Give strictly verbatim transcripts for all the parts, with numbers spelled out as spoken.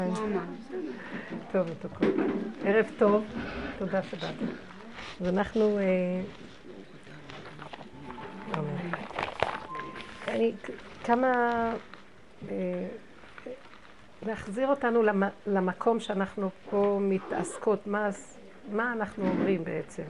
טוב, מתוקות. ערב טוב, תודה שבאתם. אז אנחנו... אני כמה... להחזיר אותנו למקום שאנחנו פה מתעסקות, מה אנחנו אומרים בעצם.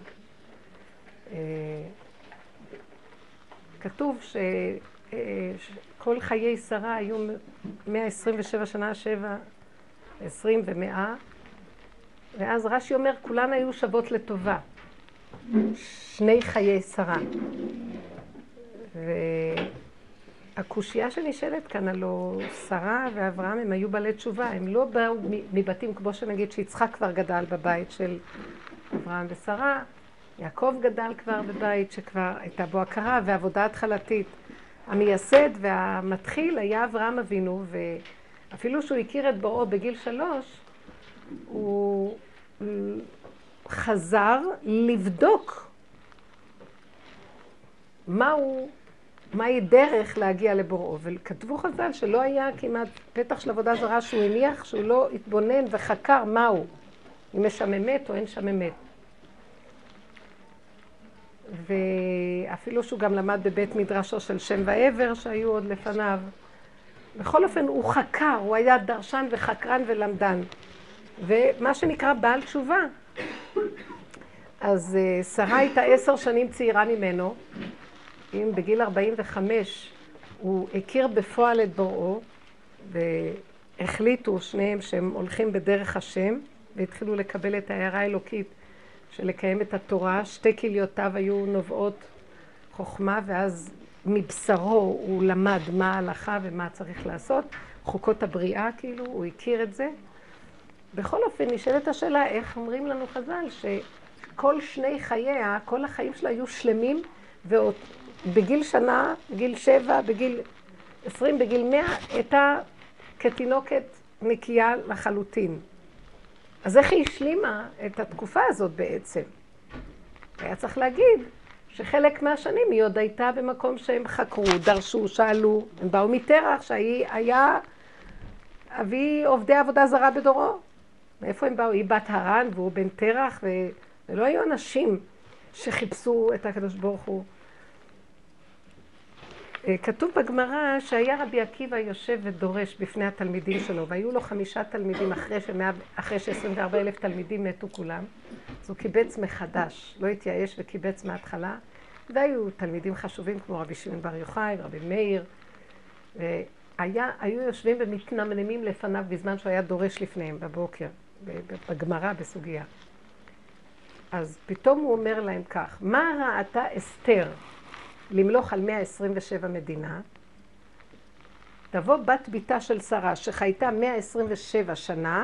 כתוב שכל חיי שרה היו מאה עשרים ושבע שנה, שבע, עשרים ומאה, ואז רש"י אומר, כולן היו שוות לטובה. שני חיי שרה. והקושייה שנשאלת כאן, הלא שרה ואברהם הם היו בעלי תשובה, הם לא באו מבתים כמו שנגיד שיצחק כבר גדל בבית של אברהם ושרה, יעקב גדל כבר בבית שכבר הייתה בו הכרה ועבודה התחלתית. המייסד והמתחיל היה אברהם אבינו, ואפילו שהוא הכיר את בוראו בגיל שלוש, הוא חזר לבדוק מהו, מהי דרך להגיע לבוראו. וכתבו חז"ל שלא היה כמעט פתח של עבודה זרה שהוא הניח, שהוא לא התבונן וחקר מהו, אם יש שם אמת או אין שם אמת. ואפילו שהוא גם למד בבית מדרשו של שם ועבר שהיו עוד לפניו. בכל אופן הוא חקר, הוא היה דרשן וחקרן ולמדן. ומה שנקרא בעל תשובה. אז שרה הייתה עשר שנים צעירה ממנו. אם בגיל ארבעים וחמש הוא הכיר בפועל את בוראו, והחליטו שניהם שהם הולכים בדרך השם, והתחילו לקבל את ההערה האלוקית של לקיים את התורה. שתי כליותיו היו נובעות חוכמה, ואז מבשרו הוא למד מה ההלכה ומה צריך לעשות. חוקות הבריאה, כאילו, הוא הכיר את זה. בכל אופן, נשאלת השאלה, איך אומרים לנו חז"ל, שכל שני חייה, כל החיים שלה היו שלמים, ובגיל שנה, בגיל שבע, בגיל עשרים, בגיל מאה, הייתה כתינוקת נקייה לחלוטין. אז איך היא השלימה את התקופה הזאת בעצם? היה צריך להגיד שחלק מהשנים היא עוד הייתה במקום שהם חקרו, דרשו, שאלו, הם באו מתרח, שהיה אבי עובדי עבודה זרה בדורו. מאיפה הם באו? היא בת הרן והוא בן תרח, ולא היו אנשים שחיפשו את הקדוש ברוך הוא. כתוב בגמרא שהיה רבי עקיבא יושב ודורש בפני התלמידים שלו, והיו לו חמישה תלמידים אחרי, שמאה, אחרי ש-עשרים וארבעה אלף תלמידים מתו כולם. אז הוא קיבץ מחדש, לא התייאש וקיבץ מההתחלה. והיו תלמידים חשובים כמו רבי שמעון בר יוחאי ורבי מאיר. והיה, היו יושבים ומתנמנמים לפניו בזמן שהוא היה דורש לפניהם בבוקר, בגמרא בסוגיה. אז פתאום הוא אומר להם כך, מה ראתה אסתר למלוך על מאה עשרים ושבע מדינה? תבוא בת ביתה של שרה שחייתה מאה עשרים ושבע שנה,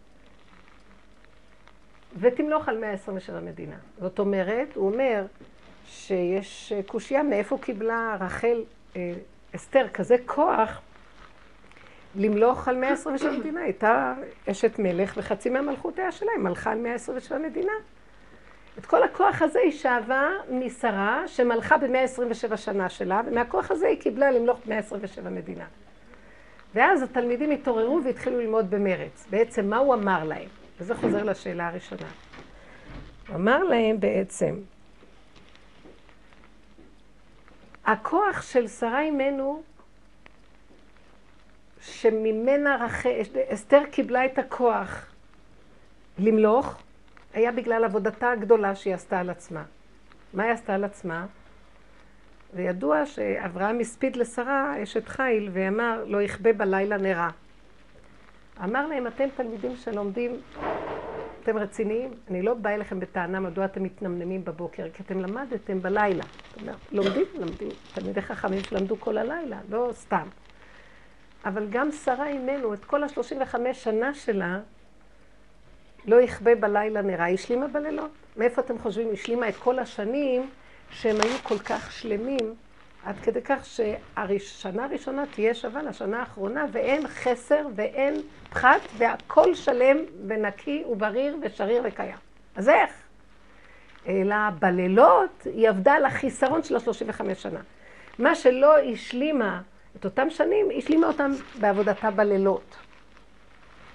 ותמלוך על מאה עשרים ושבע מדינה. זאת אומרת, הוא אומר שיש קושיה מאיפה קיבלה רחל אסתר כזה כוח למלוך על מאה עשרים ושבע מדינה. הייתה אשת מלך וחצי מהמלכות היה שלה, היא מלכה על מאה עשרים ושבע מדינה. את כל הכוח הזה היא שאבה משרה שמלכה ב-מאה עשרים ושבע שנה שלה, ומהכוח הזה היא קיבלה למלוך ב-מאה עשרים ושבע מדינה. ואז התלמידים התעוררו והתחילו ללמוד במרץ. בעצם מה הוא אמר להם? וזה חוזר לשאלה הראשונה. הוא אמר להם בעצם, הכוח של שרה אימנו, שממנה רחל, אסתר קיבלה את הכוח למלוך, היה בגלל עבודתה הגדולה שהיא עשתה על עצמה. מה היא עשתה על עצמה? וידוע שאברהם הספיד לשרה, אשת חיל, ואמר, לא יכבה בלילה נרה. אמר להם, אתם תלמידים שלומדים, אתם רציניים? אני לא באה אליכם בטענה מדוע אתם מתנמנמים בבוקר, כי אתם למדתם בלילה. זאת אומרת, לומדים, לומדים, תלמידי חכמים שלמדו כל הלילה, לא סתם. אבל גם שרה אימנו, את כל ה-שלושים וחמש שנה שלה, לא יכבה בלילה נרה, היא השלימה בלילות. מאיפה אתם חושבים? היא השלימה את כל השנים שהם היו כל כך שלמים, עד כדי כך שהשנה הראשונה תהיה שווה לשנה האחרונה, ואין חסר ואין פחת, והכל שלם ונקי ובריר ושריר וקיים. אז איך? אלא בלילות היא עבדה על החיסרון של ה-שלושים וחמש שנה. מה שלא השלימה את אותם שנים, השלימה אותם בעבודתה בלילות.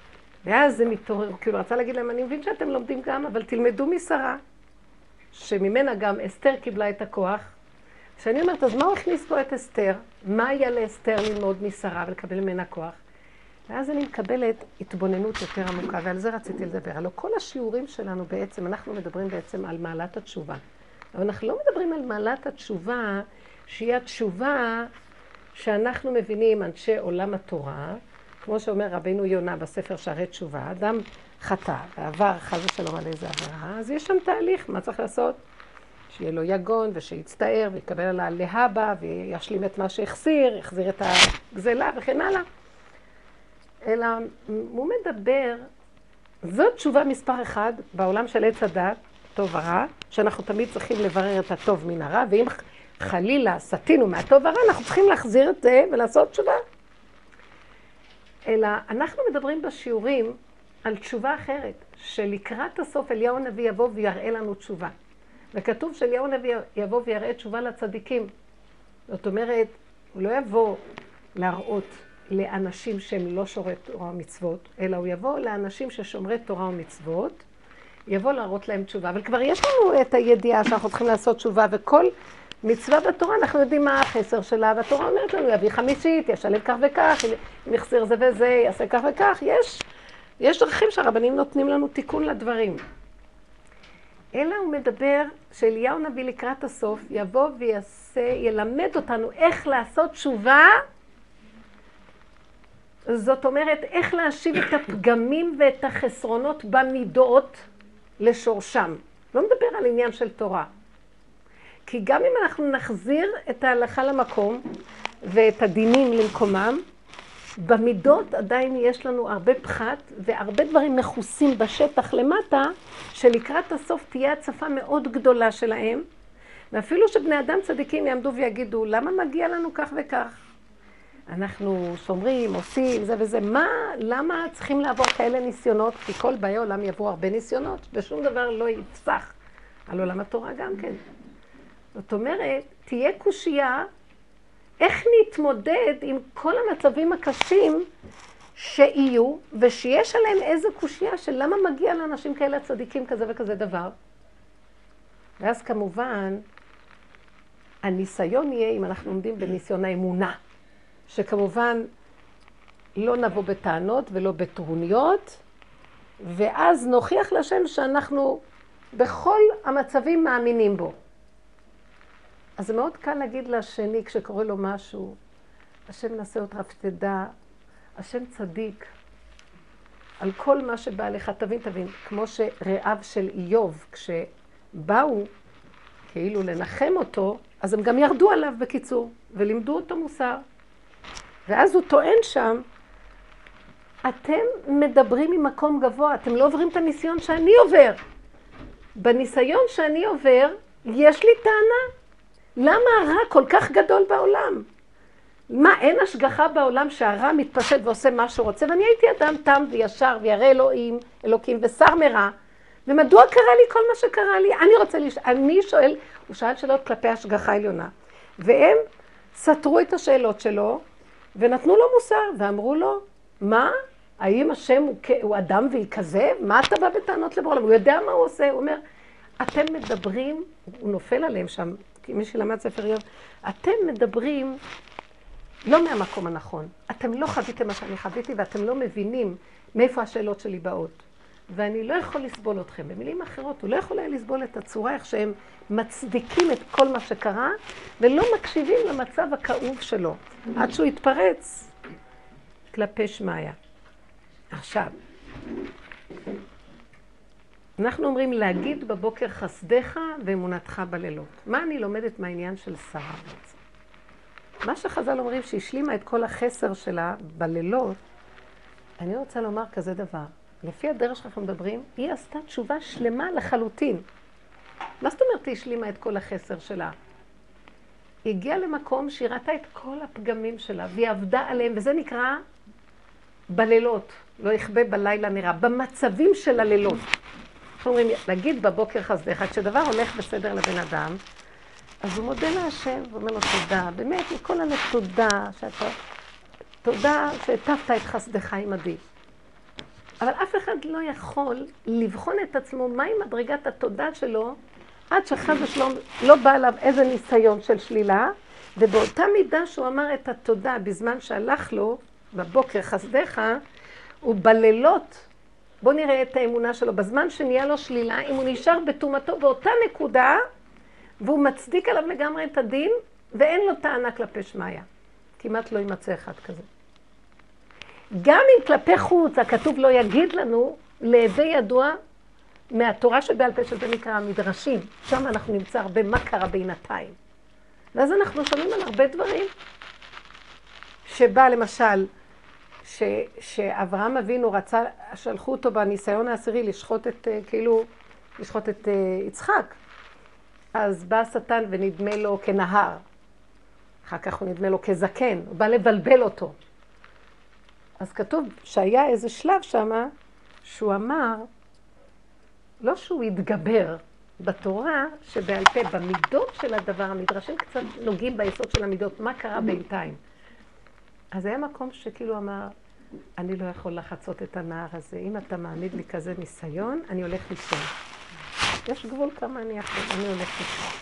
ואז זה מתעורר, כאילו רצה להגיד להם, אני מבין שאתם לומדים גם, אבל תלמדו משרה, שממנה גם אסתר קיבלה את הכוח. כשאני אומרת, אז מה הוא הכניס פה את אסתר? מה היה לאסתר ללמוד משרה ולקבל ממנה כוח? ואז אני מקבלת התבוננות יותר עמוקה, ועל זה רציתי לדבר. הלוא כל השיעורים שלנו בעצם, אנחנו מדברים בעצם על מעלת התשובה. אבל אנחנו לא מדברים על מעלת התשובה, שהיא התשובה שאנחנו מבינים אנשי עולם התורה, כמו שאומר רבינו יונה בספר שערי תשובה, אדם חטא ועבר חס ושלום על איזה עבירה, אז יש שם תהליך, מה צריך לעשות? שיהיה לו יגון ושיצטער ויקבל עליה להבא וישלים את מה שהחסיר, יחזיר את הגזלה וכן הלאה. אלא הוא מדבר, זאת תשובה מספר אחד בעולם של עץ הדת, טוב ורע, שאנחנו תמיד צריכים לברר את הטוב מן הרע, ואם חלילה סתינו מהטוב ורע, אנחנו צריכים להחזיר את זה ולעשות תשובה. אלא אנחנו מדברים בשיעורים על תשובה אחרת, שלקראת הסוף אליהו הנביא יבוא ויראה לנו תשובה. וכתוב שאליהו הנביא יבוא ויראה תשובה לצדיקים. זאת אומרת, הוא לא יבוא להראות לאנשים שהם לא שומרי תורה ומצוות, אלא הוא יבוא לאנשים ששומרי תורה ומצוות, יבוא להראות להם תשובה. אבל כבר יש לנו את הידיעה שאנחנו צריכים לעשות תשובה, וכל מצווה בתורה אנחנו יודעים מה החסר שלה, והתורה אומרת לנו, יביא חמישית, ישלם כך וכך, אם יחסיר זה וזה, יעשה כך וכך. יש, יש דרכים שהרבנים נותנים לנו תיקון לדברים. אלא הוא מדבר שאליהו נביא לקראת הסוף, יבוא ויעשה, ילמד אותנו איך לעשות תשובה, זאת אומרת, איך להשיב את הפגמים ואת החסרונות במידות לשורשם. לא מדבר על עניין של תורה. כי גם אם אנחנו נחזיר את ההלכה למקום ואת הדינים למקומם, במידות עדיין יש לנו הרבה פחת והרבה דברים מכוסים בשטח למטה, שלקראת הסוף תהיה הצפה מאוד גדולה שלהם, ואפילו שבני אדם צדיקים יעמדו ויגידו, למה מגיע לנו כך וכך? אנחנו שומרים, עושים, זה וזה. מה, למה צריכים לעבור כאלה ניסיונות? כי כל באי עולם יעברו הרבה ניסיונות, ושום דבר לא יפסח על עולם התורה גם כן. זאת אומרת, תהיה קושייה, איך נתמודד עם כל המצבים הקשים שיהיו, ושיש עליהם איזו קושייה של למה מגיע לאנשים כאלה צדיקים כזה וכזה דבר. ואז כמובן, הניסיון יהיה אם אנחנו עומדים בניסיון האמונה. שכמובן לא נבוא בטענות ולא בטרוניות, ואז נוכיח לשם שאנחנו בכל המצבים מאמינים בו. אז זה מאוד קל להגיד לשני כשקורא לו משהו, השם נעשה אותך ותדע, השם צדיק, על כל מה שבא לך, תבין, תבין, כמו שרעיו של איוב, כשבאו כאילו לנחם אותו, אז הם גם ירדו עליו בקיצור, ולימדו אותו מוסר. ואז הוא טוען שם, אתם מדברים ממקום גבוה, אתם לא עוברים את הניסיון שאני עובר. בניסיון שאני עובר, יש לי טענה. למה הרע כל כך גדול בעולם? מה, אין השגחה בעולם שהרע מתפשט ועושה מה שהוא רוצה? ואני הייתי אדם תם וישר וירא אלוהים, אלוקים ושר מרע. ומדוע קרה לי כל מה שקרה לי? אני רוצה לש... אני שואל, הוא שאל שאלות כלפי השגחה עליונה. והם סתרו את השאלות שלו, ונתנו לו מוסר, ואמרו לו, מה? האם השם הוא, הוא אדם ויקזב? מה אתה בא בטענות לבורא עולם? הוא יודע מה הוא עושה, הוא אומר, אתם מדברים, הוא נופל עליהם שם, כי מי שלמד ספר איוב, אתם מדברים לא מהמקום הנכון. אתם לא חוויתם מה שאני חוויתי, ואתם לא מבינים מאיפה השאלות שלי באות. ואני לא יכול לסבול אתכם. במילים אחרות, הוא לא יכול היה לסבול את הצורה איך שהם מצדיקים את כל מה שקרה, ולא מקשיבים למצב הכאוב שלו, עד שהוא יתפרץ כלפי שמעיה. עכשיו, אנחנו אומרים להגיד בבוקר חסדך ואמונתך בלילות. מה אני לומדת מהעניין של שרה בעצם? מה שחז"ל אומרים שהשלימה את כל החסר שלה בלילות, אני רוצה לומר כזה דבר. לפי הדרך שאנחנו מדברים, היא עשתה תשובה שלמה לחלוטין. מה זאת אומרת היא השלימה את כל החסר שלה? היא הגיעה למקום שהיא ראתה את כל הפגמים שלה, והיא עבדה עליהם, וזה נקרא בלילות, לא יכבה בלילה נראה, במצבים של הלילות. אנחנו אומרים, להגיד בבוקר חסדך, כשדבר הולך בסדר לבן אדם, אז הוא מודה להשם, ואומר לו תודה, באמת, מכל הלב תודה, שאתה, תודה שהטפת את חסדך עמדי. אבל אף אחד לא יכול לבחון את עצמו מהי מדרגת התודעה שלו, עד שחד ושלום לא בא עליו איזה ניסיון של שלילה, ובאותה מידה שהוא אמר את התודה בזמן שהלך לו, בבוקר חסדיך, הוא בלילות, בוא נראה את האמונה שלו, בזמן שנהיה לו שלילה, אם הוא נשאר בתומתו באותה נקודה, והוא מצדיק עליו לגמרי את הדין, ואין לו טענה כלפי שמיה. כמעט לא יימצא אחד כזה. גם אם כלפי חוץ, הכתוב לא יגיד לנו, להווה ידוע מהתורה שבעל פה, שזה נקרא המדרשים. שם אנחנו נמצא הרבה מה קרה בינתיים. ואז אנחנו שומעים על הרבה דברים. שבא למשל, ש, שאברהם אבינו רצה, שלחו אותו בניסיון העשירי לשחוט את, כאילו, לשחוט את יצחק. אז בא השטן ונדמה לו כנהר. אחר כך הוא נדמה לו כזקן, הוא בא לבלבל אותו. אז כתוב שהיה איזה שלב שמה, שהוא אמר, לא שהוא התגבר בתורה, שבעל פה, במידות של הדבר, המדרשים קצת נוגעים ביסוד של המידות, מה קרה בינתיים. אז היה מקום שכאילו אמר, אני לא יכול לחצות את הנער הזה, אם אתה מעמיד לי כזה ניסיון, אני הולך לישון. יש גבול כמה אני יכול, אני הולך לישון.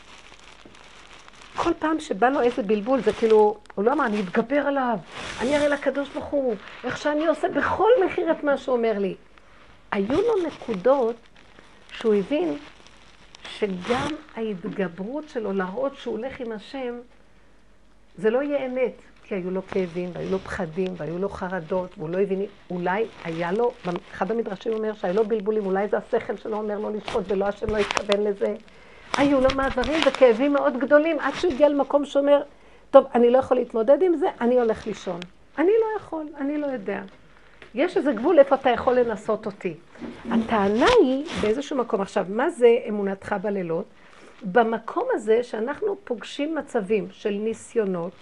כל פעם שבא לו איזה בלבול, זה כאילו, הוא לא אמר, אני אתגבר עליו, אני אראה לקדוש ברוך הוא, איך שאני עושה בכל מחיר את מה שהוא אומר לי. היו לו נקודות שהוא הבין שגם ההתגברות שלו להראות שהוא הולך עם השם, זה לא יהיה אמת, כי היו לו כאבים, והיו לו פחדים, והיו לו חרדות, והוא לא הבין, אולי היה לו, אחד המדרשים אומר שהיו לו בלבולים, אולי זה השכל שלו אומר לו לשחוט, ולא השם לא התכוון לזה. היו לו מעברים וכאבים מאוד גדולים, עד שהוא הגיע למקום שאומר, טוב, אני לא יכול להתמודד עם זה, אני הולך לישון. אני לא יכול, אני לא יודע. יש איזה גבול איפה אתה יכול לנסות אותי. הטענה היא באיזשהו מקום. עכשיו, מה זה אמונתך בלילות? במקום הזה שאנחנו פוגשים מצבים של ניסיונות,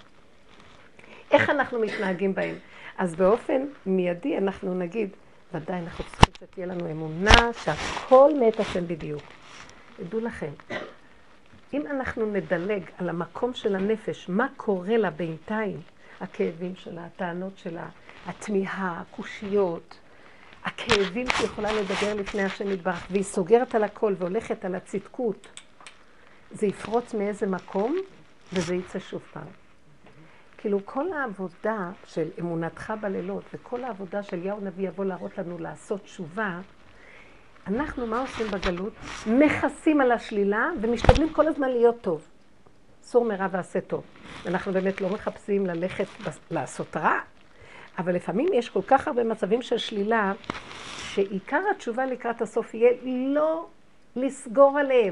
איך אנחנו מתנהגים בהם? אז באופן מיידי אנחנו נגיד, ודאי אנחנו צריכים שתהיה לנו אמונה שהכל מאת השם בדיוק. ידעו לכם, אם אנחנו נדלג על המקום של הנפש, מה קורה לה בינתיים, הכאבים שלה, הטענות שלה, התמיהה, הקושיות, הכאבים שיכולה לדבר לפני השם יתברך, והיא סוגרת על הכל והולכת על הצדקות, זה יפרוץ מאיזה מקום וזה יצא שוב פעם. כאילו כל העבודה של אמונתך בלילות וכל העבודה של יהו נביא יבוא להראות לנו לעשות תשובה, אנחנו מה עושים בגלות? מכסים על השלילה ומשתדלים כל הזמן להיות טוב. סור מרע ועשה טוב. אנחנו באמת לא מחפשים ללכת לעשות רע, אבל לפעמים יש כל כך הרבה מצבים של שלילה, שעיקר התשובה לקראת הסוף יהיה לא לסגור עליהם.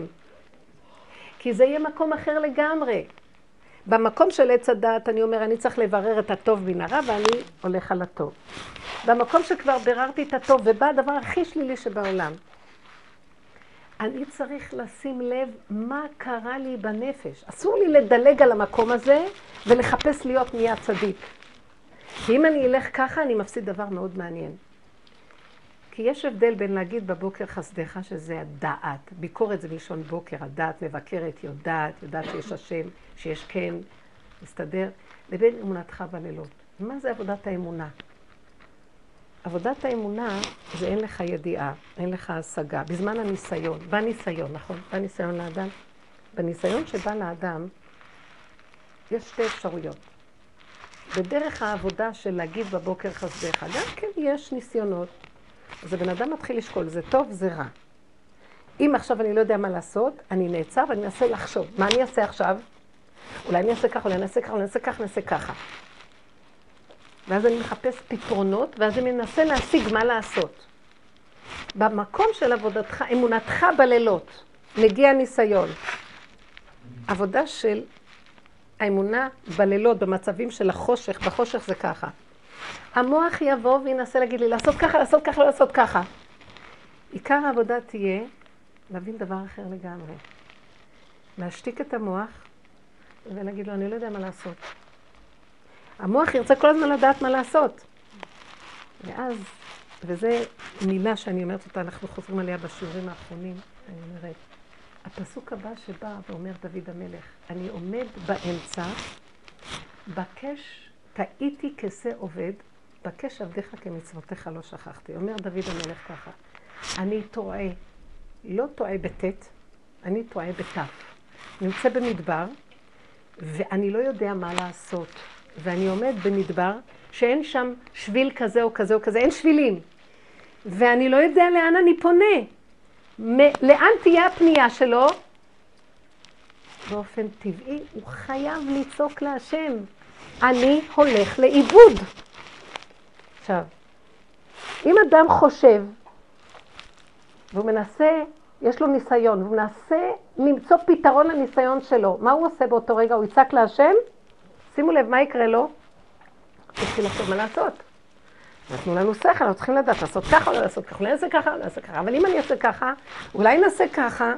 כי זה יהיה מקום אחר לגמרי. במקום של עץ הדעת אני אומר, אני צריך לברר את הטוב מן הרע ואני הולך על הטוב. במקום שכבר בררתי את הטוב ובא הדבר הכי שלילי שבעולם, אני צריך לשים לב מה קרה לי בנפש. אסור לי לדלג על המקום הזה ולחפש להיות נהיה צדיק. כי אם אני אלך ככה אני מפסיד דבר מאוד מעניין. כי יש הבדל בין להגיד בבוקר חסדיך שזה הדעת. ביקורת זה בלשון בוקר, הדעת מבקרת, יודעת, יודעת שיש השם, שיש כן, מסתדר, לבין אמונתך בלילות. מה זה עבודת האמונה? עבודת האמונה זה אין לך ידיעה, אין לך השגה. בזמן הניסיון, בניסיון, נכון? בניסיון לאדם. בניסיון שבא לאדם, יש שתי אפשרויות. בדרך העבודה של להגיד בבוקר חסדיך, גם כן יש ניסיונות. אז הבן אדם מתחיל לשקול, זה טוב, זה רע. אם עכשיו אני לא יודע מה לעשות, אני נעצר ואני מנסה לחשוב. מה אני אעשה עכשיו? אולי אני אעשה ככה, אולי אני אעשה ככה, אולי אני אעשה ככה, אני אעשה ככה. ואז אני מחפש פתרונות, ואז אני מנסה להשיג מה לעשות. במקום של עבודתך, אמונתך בלילות, מגיע ניסיון. עבודה של האמונה בלילות, במצבים של החושך, בחושך זה ככה. המוח יבוא וינסה להגיד לי, לעשות ככה, לעשות ככה, לעשות ככה. עיקר העבודה תהיה להבין דבר אחר לגמרי. להשתיק את המוח ולהגיד לו, אני לא יודע מה לעשות. המוח ירצה כל הזמן לדעת מה לעשות. ואז, וזו מילה שאני אומרת אותה, אנחנו חוזרים עליה בשיעורים האחרונים, אני אומרת, הפסוק הבא שבא ואומר דוד המלך, אני עומד באמצע, בקש, תאיתי כסה עובד, בקש עבדיך כמצוותיך לא שכחתי. אומר דוד המלך ככה, אני טועה, לא טועה בטט, אני טועה בתף. נמצא במדבר, ואני לא יודע מה לעשות. ואני עומד במדבר, שאין שם שביל כזה או כזה או כזה, אין שבילים. ואני לא יודע לאן אני פונה. מ- לאן תהיה הפנייה שלו? באופן טבעי, הוא חייב לצעוק להשם. אני הולך לאיבוד. עכשיו, אם אדם חושב, והוא מנסה, יש לו ניסיון, והוא מנסה למצוא פתרון לניסיון שלו, מה הוא עושה באותו רגע? הוא יצעק להשם? שימו לב, מה יקרה לו? הוא התחיל לחשוב מה לעשות. נתנו לנו שכל, אנחנו צריכים לדעת, לעשות ככה או לא לעשות ככה, אולי נעשה ככה או לא נעשה ככה, אבל אם אני אעשה ככה, אולי נעשה ככה,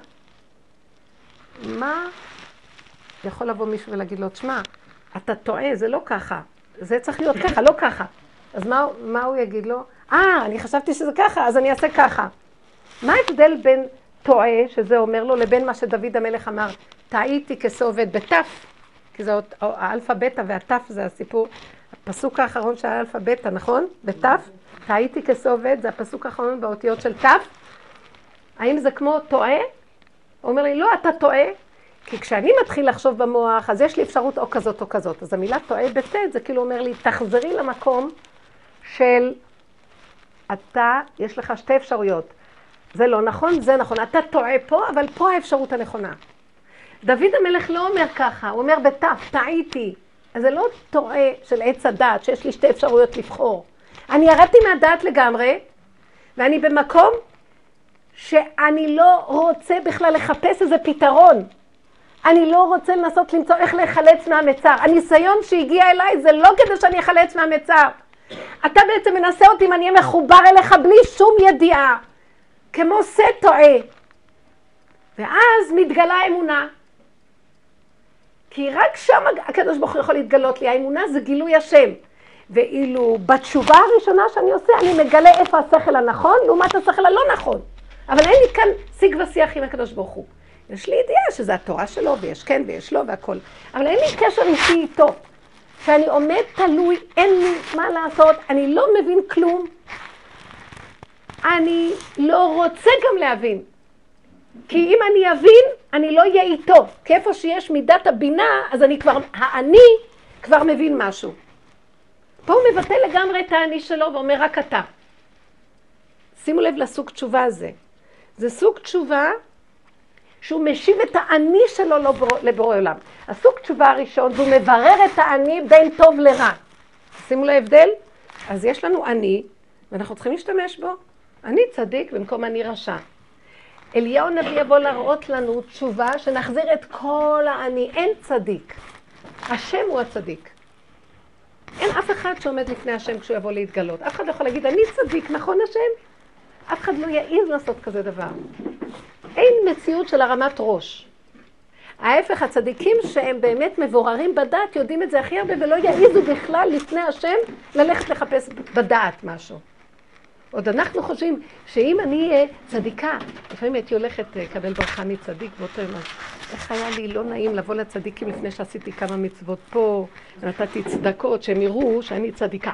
מה יכול לבוא מישהו ולהגיד לו, תשמע, אתה טועה, זה לא ככה, זה צריך להיות ככה, לא ככה. אז מה, מה הוא יגיד לו? אה, אני חשבתי שזה ככה, אז אני אעשה ככה. מה ההבדל בין טועה, שזה אומר לו, לבין מה שדוד המלך אמר, טעיתי כסעובד בתף, כי זה האלפא בטא והתף זה הסיפור, הפסוק האחרון של האלפא בטא, נכון? בתף, טעיתי כסעובד, זה הפסוק האחרון באותיות של תף. האם זה כמו טועה? הוא אומר לי, לא, אתה טועה. כי כשאני מתחיל לחשוב במוח, אז יש לי אפשרות או כזאת או כזאת. אז המילה טועה בטט, זה כאילו אומר לי, תחזרי למקום של אתה, יש לך שתי אפשרויות. זה לא נכון, זה נכון. אתה טועה פה, אבל פה האפשרות הנכונה. דוד המלך לא אומר ככה, הוא אומר בתף, טעיתי. אז זה לא טועה של עץ הדעת, שיש לי שתי אפשרויות לבחור. אני ירדתי מהדעת לגמרי, ואני במקום שאני לא רוצה בכלל לחפש איזה פתרון. אני לא רוצה לנסות למצוא איך להיחלץ מהמצר. הניסיון שהגיע אליי זה לא כדי שאני אחלץ מהמצר. אתה בעצם מנסה אותי אם אני אהיה מחובר אליך בלי שום ידיעה. כמו שא טועה. ואז מתגלה האמונה. כי רק שם הקדוש ברוך הוא יכול להתגלות לי. האמונה זה גילוי השם. ואילו בתשובה הראשונה שאני עושה, אני מגלה איפה השכל הנכון, לעומת השכל הלא נכון. אבל אין לי כאן שיג ושיח עם הקדוש ברוך הוא. יש לי ידיעה שזה התורה שלו, ויש כן ויש לו והכל. אבל אין לי קשר איתי איתו. שאני עומד תלוי, אין לי מה לעשות, אני לא מבין כלום. אני לא רוצה גם להבין. כי אם אני אבין, אני לא אהיה איתו. כי איפה שיש מידת הבינה, אז אני כבר, האני כבר מבין משהו. פה הוא מבטא לגמרי את האני שלו ואומר רק אתה. שימו לב לסוג תשובה הזה. זה סוג תשובה שהוא משיב את האני שלו לבורא עולם. הסוג תשובה הראשון, והוא מברר את האני בין טוב לרע. שימו להבדל? אז יש לנו אני, ואנחנו צריכים להשתמש בו. אני צדיק במקום אני רשע. אליהו הנביא יבוא להראות לנו תשובה שנחזיר את כל האני. אין צדיק. השם הוא הצדיק. אין אף אחד שעומד לפני השם כשהוא יבוא להתגלות. אף אחד לא יכול להגיד, אני צדיק, נכון השם? אף אחד לא יעיז לעשות כזה דבר. אין מציאות של הרמת ראש. ההפך, הצדיקים שהם באמת מבוררים בדעת, יודעים את זה הכי הרבה, ולא יעיזו בכלל לפני השם ללכת לחפש בדעת משהו. עוד אנחנו חושבים שאם אני אהיה צדיקה, לפעמים הייתי הולכת לקבל ברכה מצדיק, ואותו יום, איך היה לי לא נעים לבוא לצדיקים לפני שעשיתי כמה מצוות פה, ונתתי צדקות שהם יראו שאני צדיקה.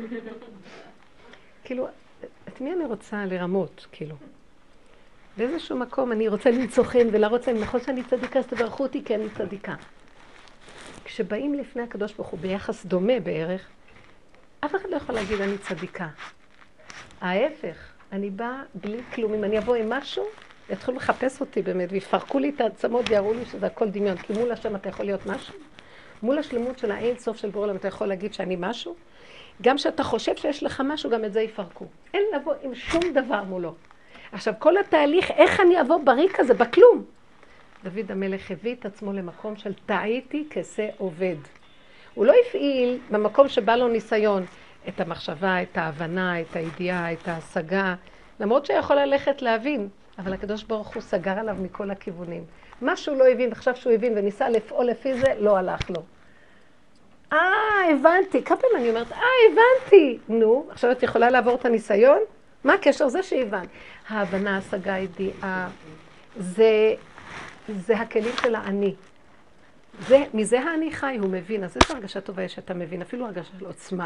כאילו, את מי אני רוצה לרמות, כאילו? באיזשהו מקום אני רוצה למצוא חן ולהראות להם, נכון שאני צדיקה, אז תברכו אותי כי אני צדיקה. כשבאים לפני הקדוש ברוך הוא ביחס דומה בערך, אף אחד לא יכול להגיד אני צדיקה. ההפך, אני באה בלי כלום. אם אני אבוא עם משהו, יתחילו לחפש אותי באמת, ויפרקו לי את העצמות ויראו לי שזה הכל דמיון. כי מול השם אתה יכול להיות משהו. מול השלמות של האין סוף של בורא עולם אתה יכול להגיד שאני משהו. גם שאתה חושב שיש לך משהו, גם את זה יפרקו. אין לבוא עם שום דבר מולו. עכשיו, כל התהליך, איך אני אבוא בריק הזה, בכלום? דוד המלך הביא את עצמו למקום של טעיתי כשה עובד. הוא לא הפעיל במקום שבא לו ניסיון את המחשבה, את ההבנה, את הידיעה, את ההשגה, למרות שיכול ללכת להבין, אבל הקדוש ברוך הוא סגר עליו מכל הכיוונים. מה שהוא לא הבין, עכשיו שהוא הבין וניסה לפעול לפי זה, לא הלך לו. אה, הבנתי. כמה פעמים אני אומרת, אה, הבנתי. נו, עכשיו את יכולה לעבור את הניסיון? מה הקשר? זה שהבנת. ההבנה, השגה, הידיעה, זה, זה הכלים של האני. זה, מזה האני חי, הוא מבין. אז איזו הרגשה טובה יש שאתה מבין, אפילו הרגשה של עוצמה.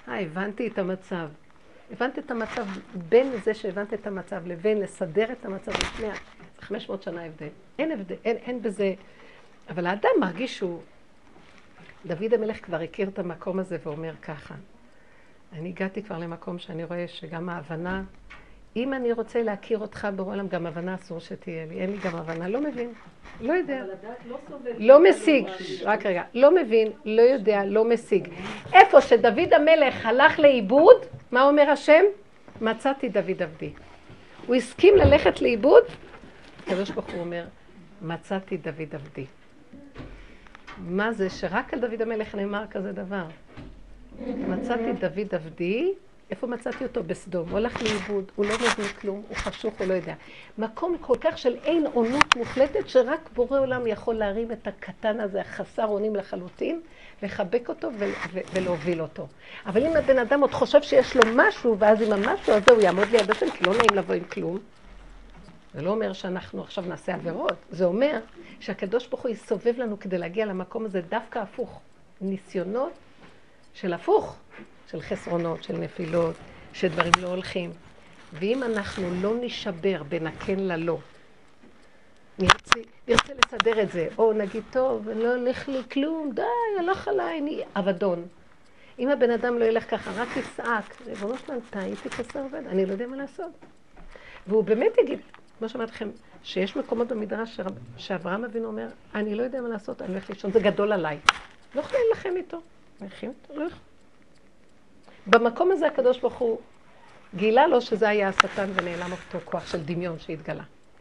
אה, הבנתי את המצב. הבנתי את המצב בין זה שהבנתי את המצב לבין לסדר את המצב לפני חמש מאות שנה הבדל. אין הבדל, אין, אין בזה. אבל האדם מרגיש שהוא... דוד המלך כבר הכיר את המקום הזה ואומר ככה. אני הגעתי כבר למקום שאני רואה שגם ההבנה, אם אני רוצה להכיר אותך בעולם, גם הבנה אסור שתהיה לי. אין לי גם הבנה, לא מבין, לא יודע. אבל הדעת לא סובב. לא משיג, רק רגע, לא מבין, לא יודע, לא משיג. איפה שדוד המלך הלך לאיבוד, מה אומר השם? מצאתי דוד עבדי. הוא הסכים ללכת לאיבוד, הקדוש ברוך הוא אומר, מצאתי דוד עבדי. מה זה שרק על דוד המלך נאמר כזה דבר? מצאתי דוד עבדי, איפה מצאתי אותו? בסדום. הוא הלך לאיבוד, הוא לא מבין כלום, הוא חשוך, הוא לא יודע. מקום כל כך של אין עונות מוחלטת, שרק בורא עולם יכול להרים את הקטן הזה, החסר אונים לחלוטין, לחבק אותו ו- ו- ולהוביל אותו. אבל אם הבן אדם עוד חושב שיש לו משהו, ואז עם המשהו הזה הוא יעמוד ליד השם, כי לא נעים לבוא עם כלום. זה לא אומר שאנחנו עכשיו נעשה עבירות. זה אומר שהקדוש ברוך הוא יסובב לנו כדי להגיע למקום הזה דווקא הפוך. ניסיונות של הפוך, של חסרונות, של נפילות, שדברים לא הולכים. ואם אנחנו לא נשבר בין הכן ללא, נרצה, נרצה לסדר את זה, או נגיד, טוב, לא הולך לי כלום, די, הלך עליי, אני אבדון. אם הבן אדם לא ילך ככה, רק יצעק, ריבונו שלנו, טעיתי כסר עובד, אני לא יודע מה לעשות. והוא באמת יגיד, כמו שאמרתי לכם, שיש מקומות במדרש שאברהם אבינו אומר, אני לא יודע מה לעשות, אני הולך לישון, זה גדול עליי. לא יכולים להילחם איתו. להילחם איתו? לא יכולים. במקום הזה הקדוש ברוך הוא גילה לו שזה היה השטן ונעלם אותו כוח של דמיון שהתגלה.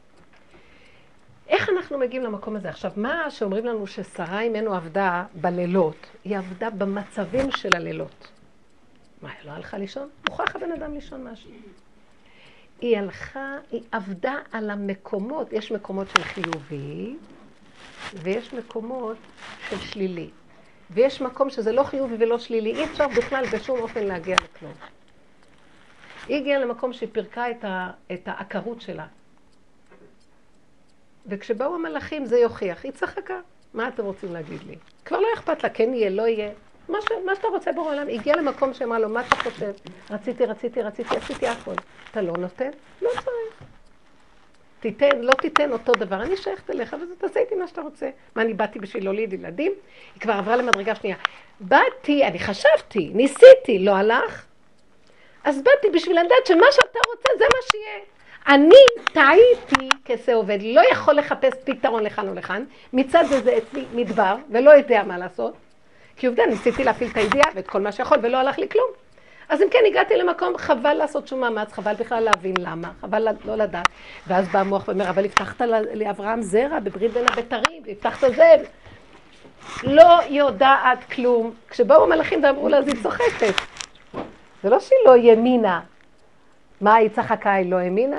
איך אנחנו מגיעים למקום הזה? עכשיו, מה שאומרים לנו ששרה אימנו עבדה בלילות, היא עבדה במצבים של הלילות. מה, היא לא הלכה לישון? מוכרח הבן אדם לישון משהו. היא הלכה, היא עבדה על המקומות, יש מקומות של חיובי, ויש מקומות של שלילי. ויש מקום שזה לא חיובי ולא שלילי, אי אפשר בכלל בשום אופן להגיע לכלום. היא הגיעה למקום שהיא פירקה את, ה, את העקרות שלה. וכשבאו המלאכים זה יוכיח, היא צחקה. מה אתם רוצים להגיד לי? כבר לא אכפת לה, כן יהיה, לא יהיה. מה, ש, מה שאתה רוצה בורא עולם, הגיע למקום שאמרה לו, מה אתה חושב? רציתי, רציתי, רציתי, עשיתי הכל. אתה לא נותן? לא צריך. תיתן, לא תיתן אותו דבר, אני שייכת אליך, וזה תעשה איתי מה שאתה רוצה. מה, אני באתי בשביל להוליד ילדים? היא כבר עברה למדרגה שנייה. באתי, אני חשבתי, ניסיתי, לא הלך. אז באתי בשביל לדעת שמה שאתה רוצה זה מה שיהיה. אני טעיתי כסה עובד, לא יכול לחפש פתרון לכאן או לכאן, מצד זה זה אצלי מדבר, ולא יודע מה לעשות. כי עובדה, ניסיתי להפעיל את הידיעה ואת כל מה שיכול, ולא הלך לי כלום. אז אם כן, הגעתי למקום, חבל לעשות שום מאמץ, חבל בכלל להבין למה, חבל לא לדעת. ואז בא המוח ואומר, אבל הבטחת לאברהם זרע בברית בין הבתרים, והבטחת זה. לא יודעת כלום. כשבאו המלאכים ואמרו לה, אז היא צוחקת. זה לא שהיא לא ימינה. מה, היא צחקה, היא לא ימינה?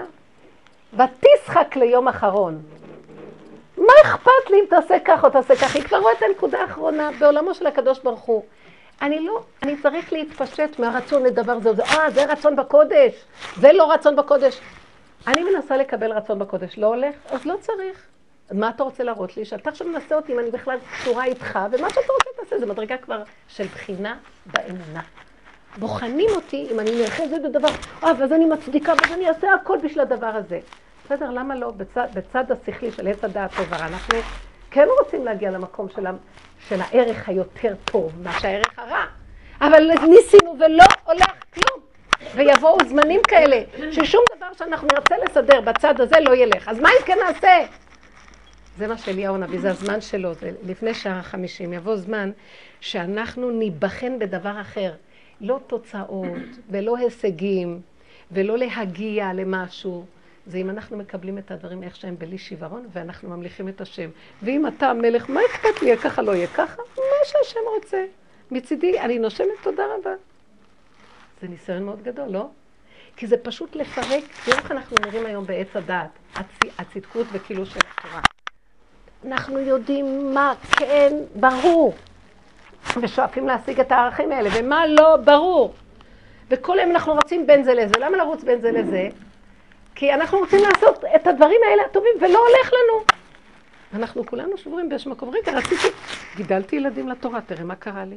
ותשחק ליום אחרון. מה אכפת לי אם תעשה כך או תעשה כך? היא כבר רואה את הנקודה האחרונה בעולמו של הקדוש ברוך הוא. אני לא, אני צריך להתפשט מהרצון לדבר זה, אה, זה רצון בקודש, זה לא רצון בקודש. אני מנסה לקבל רצון בקודש, לא הולך? אז לא צריך. מה אתה רוצה להראות לי? שאתה עכשיו מנסה אותי אם אני בכלל קשורה איתך, ומה שאתה רוצה תעשה, זה מדרגה כבר של בחינה באמונה. בוחנים אותי אם אני נרחזת בדבר, אה, ואז אני מצדיקה, ואז אני אעשה הכל בשביל הדבר הזה. בסדר, למה לא? בצד, בצד השכלי של עץ הדעת טובה, אנחנו כן רוצים להגיע למקום של, של הערך היותר טוב, מה שהערך הרע. אבל ניסינו ולא הולך כלום. ויבואו זמנים כאלה, ששום דבר שאנחנו נרצה לסדר בצד הזה לא ילך. אז מה אם כן נעשה? זה מה שאליהו הנביא, זה הזמן שלו, זה לפני שעה חמישים. יבוא זמן שאנחנו ניבחן בדבר אחר. לא תוצאות ולא הישגים ולא להגיע למשהו. זה אם אנחנו מקבלים את הדברים איך שהם בלי שיוורון, ואנחנו ממליכים את השם. ואם אתה המלך, מה אכפת לי? ככה לא יהיה ככה? מה שהשם רוצה. מצידי, אני נושמת תודה רבה. זה ניסיון מאוד גדול, לא? כי זה פשוט לפרק, תראו איך אנחנו נראים היום בעץ הדעת, הצ... הצדקות וכאילו של התורה. אנחנו יודעים מה כן ברור, ושואפים להשיג את הערכים האלה, ומה לא ברור. וכל יום אנחנו רוצים בין זה לזה. למה לרוץ בין זה לזה? כי אנחנו רוצים לעשות את הדברים האלה הטובים, ולא הולך לנו. אנחנו כולנו שבורים באיזשהו מקום. רגע, רציתי, גידלתי ילדים לתורה, תראה מה קרה לי.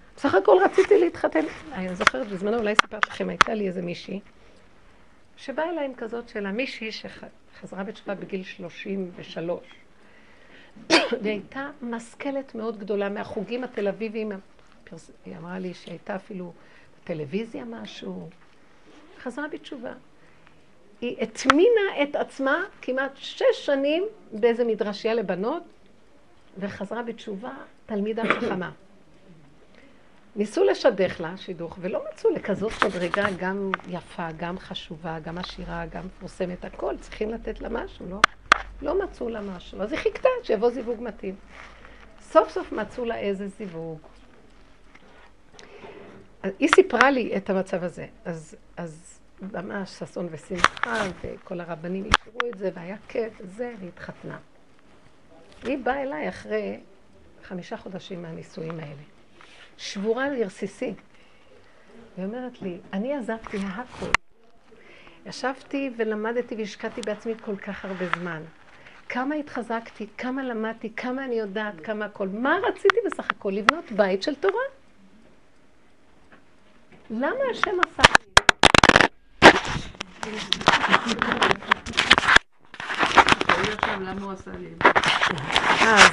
בסך הכל רציתי להתחתן. אני זוכרת, בזמנו אולי סיפרת לכם, הייתה לי איזה מישהי, שבאה אליי עם כזאת שלה, מישהי שחזרה בתשובה בגיל שלושים ושלוש. והיא הייתה משכלת מאוד גדולה מהחוגים התל אביביים. היא אמרה לי שהייתה אפילו טלוויזיה משהו. חזרה בתשובה. היא התמינה את עצמה כמעט שש שנים באיזה מדרשייה לבנות, וחזרה בתשובה תלמידה חכמה. ניסו לשדך לה שידוך, ולא מצאו לכזאת מדרגה גם יפה, גם חשובה, גם עשירה, גם פורסמת, הכל. צריכים לתת לה משהו, לא? לא מצאו לה משהו. אז היא חיכתה שיבוא זיווג מתאים. סוף סוף מצאו לה איזה זיווג. היא סיפרה לי את המצב הזה. אז, אז ממש ששון ושמחה, וכל הרבנים אישרו את זה, והיה כיף, וזה, והתחתנה. היא באה אליי אחרי חמישה חודשים מהנישואים האלה. שבורה לרסיסי. היא אומרת לי, אני עזבתי הכל. ישבתי ולמדתי והשקעתי בעצמי כל כך הרבה זמן. כמה התחזקתי, כמה למדתי, כמה אני יודעת, כמה הכל. מה רציתי בסך הכל? לבנות בית של תורה. למה השם עשה לי? למה הוא עשה לי? אז,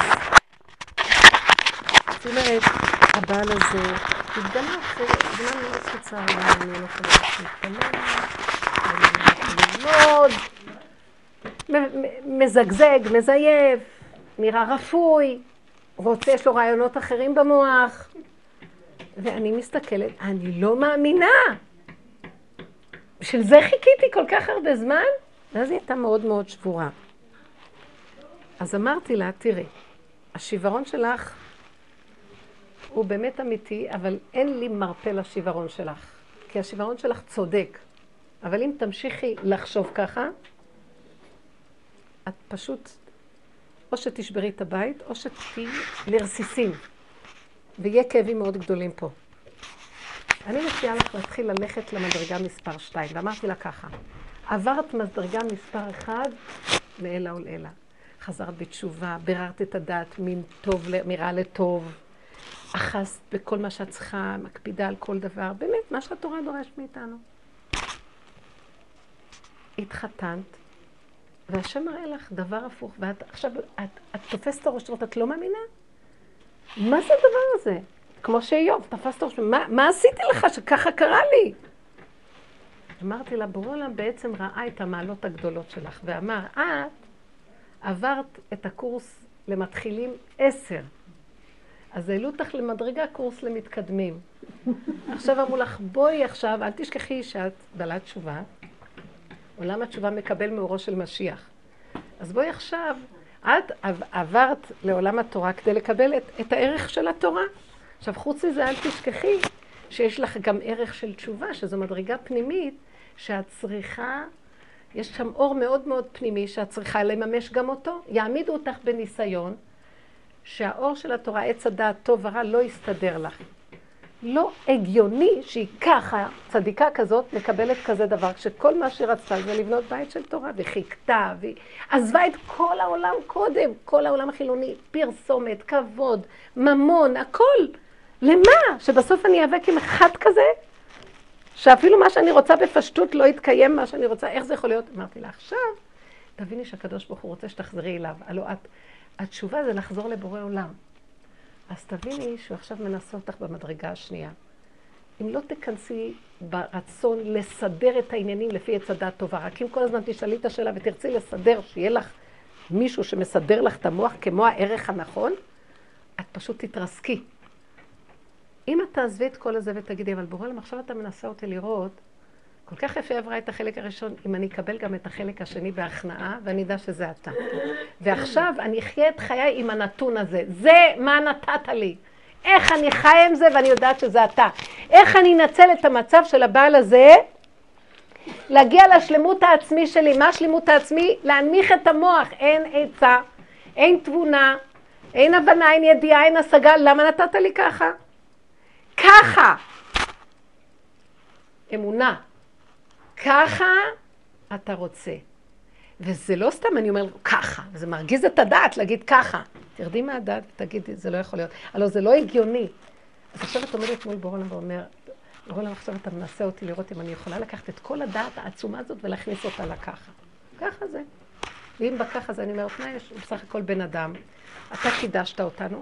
זאת אומרת, הבעל הזה התגלה אחרי זמן מאוד קצר, אני לא יכולה להתפלל, אני לא יכולה ללמוד, מזגזג, מזייף, נראה רפוי, רוצה, יש לו רעיונות אחרים במוח, ואני מסתכלת, אני לא מאמינה. בשביל זה חיכיתי כל כך הרבה זמן, ואז היא הייתה מאוד מאוד שבורה. אז אמרתי לה, תראי, השיוורון שלך הוא באמת אמיתי, אבל אין לי מרפא לשיוורון שלך, כי השיוורון שלך צודק. אבל אם תמשיכי לחשוב ככה, את פשוט, או שתשברי את הבית, או שתהיי לרסיסים, ויהיה כאבים מאוד גדולים פה. אני מציעה לך להתחיל ללכת למדרגה מספר שתיים, ואמרתי לה ככה, עברת מדרגה מספר אחד, לעילה ולעילה. חזרת בתשובה, ביררת את הדעת מטוב, מרע לטוב, אחזת בכל מה שאת צריכה, מקפידה על כל דבר, באמת, מה שהתורה דורשת מאיתנו. התחתנת, והשם מראה לך דבר הפוך, ואת עכשיו, את, את תופסת את הראש, את לא מאמינה? מה זה הדבר הזה? כמו שאיוב, תפסת ראש, מה, מה עשיתי לך שככה קרה לי? אמרתי לה, ברולה בעצם ראה את המעלות הגדולות שלך, ואמר, את עברת את הקורס למתחילים עשר, אז העלו אותך למדרגה קורס למתקדמים. עכשיו אמרו לך, בואי עכשיו, אל תשכחי שאת בעלת תשובה, עולם התשובה מקבל מאורו של משיח. אז בואי עכשיו, את עברת לעולם התורה כדי לקבל את, את הערך של התורה. עכשיו, חוץ מזה, אל תשכחי שיש לך גם ערך של תשובה, שזו מדרגה פנימית, שאת צריכה, יש שם אור מאוד מאוד פנימי, שאת צריכה לממש גם אותו. יעמידו אותך בניסיון, שהאור של התורה, עץ הדעת טוב ורע, לא יסתדר לך. לא הגיוני שהיא ככה, צדיקה כזאת, מקבלת כזה דבר, כשכל מה שרצתה זה לבנות בית של תורה, וחיכתה, והיא עזבה את כל העולם קודם, כל העולם החילוני, פרסומת, כבוד, ממון, הכל. למה? שבסוף אני אאבק עם אחד כזה? שאפילו מה שאני רוצה בפשטות לא יתקיים מה שאני רוצה, איך זה יכול להיות? אמרתי לה, עכשיו, תביני שהקדוש ברוך הוא רוצה שתחזרי אליו. הלוא את, התשובה זה לחזור לבורא עולם. אז תביני שהוא עכשיו מנסה אותך במדרגה השנייה. אם לא תכנסי ברצון לסדר את העניינים לפי עץ הדעת טובה, רק אם כל הזמן תשאלי את השאלה ותרצי לסדר, שיהיה לך מישהו שמסדר לך את המוח כמו הערך הנכון, את פשוט תתרסקי. אם את תעזבי את כל הזה ותגידי, אבל בורא עולם, עכשיו אתה מנסה אותי לראות, כל כך יפה עברה את החלק הראשון, אם אני אקבל גם את החלק השני בהכנעה, ואני יודע שזה אתה. ועכשיו אני אחיה את חיי עם הנתון הזה. זה מה נתת לי. איך אני חי עם זה ואני יודעת שזה אתה. איך אני אנצל את המצב של הבעל הזה, להגיע לשלמות העצמי שלי. מה השלמות העצמי? להנמיך את המוח. אין עצה, אין תבונה, אין הבנה, אין ידיעה, אין השגה. למה נתת לי ככה? ככה. אמונה. ככה אתה רוצה. וזה לא סתם, אני אומר, ככה. זה מרגיז את הדעת להגיד ככה. תרדי מהדעת ותגידי, זה לא יכול להיות. הלוא זה לא הגיוני. אז עכשיו את עומדת מול בורא עולם ואומר, בורא עולם עכשיו אתה מנסה אותי לראות אם אני יכולה לקחת את כל הדעת העצומה הזאת ולהכניס אותה לככה. ככה זה. ואם בככה זה אני אומרת, מה יש? הוא בסך הכל בן אדם. אתה קידשת אותנו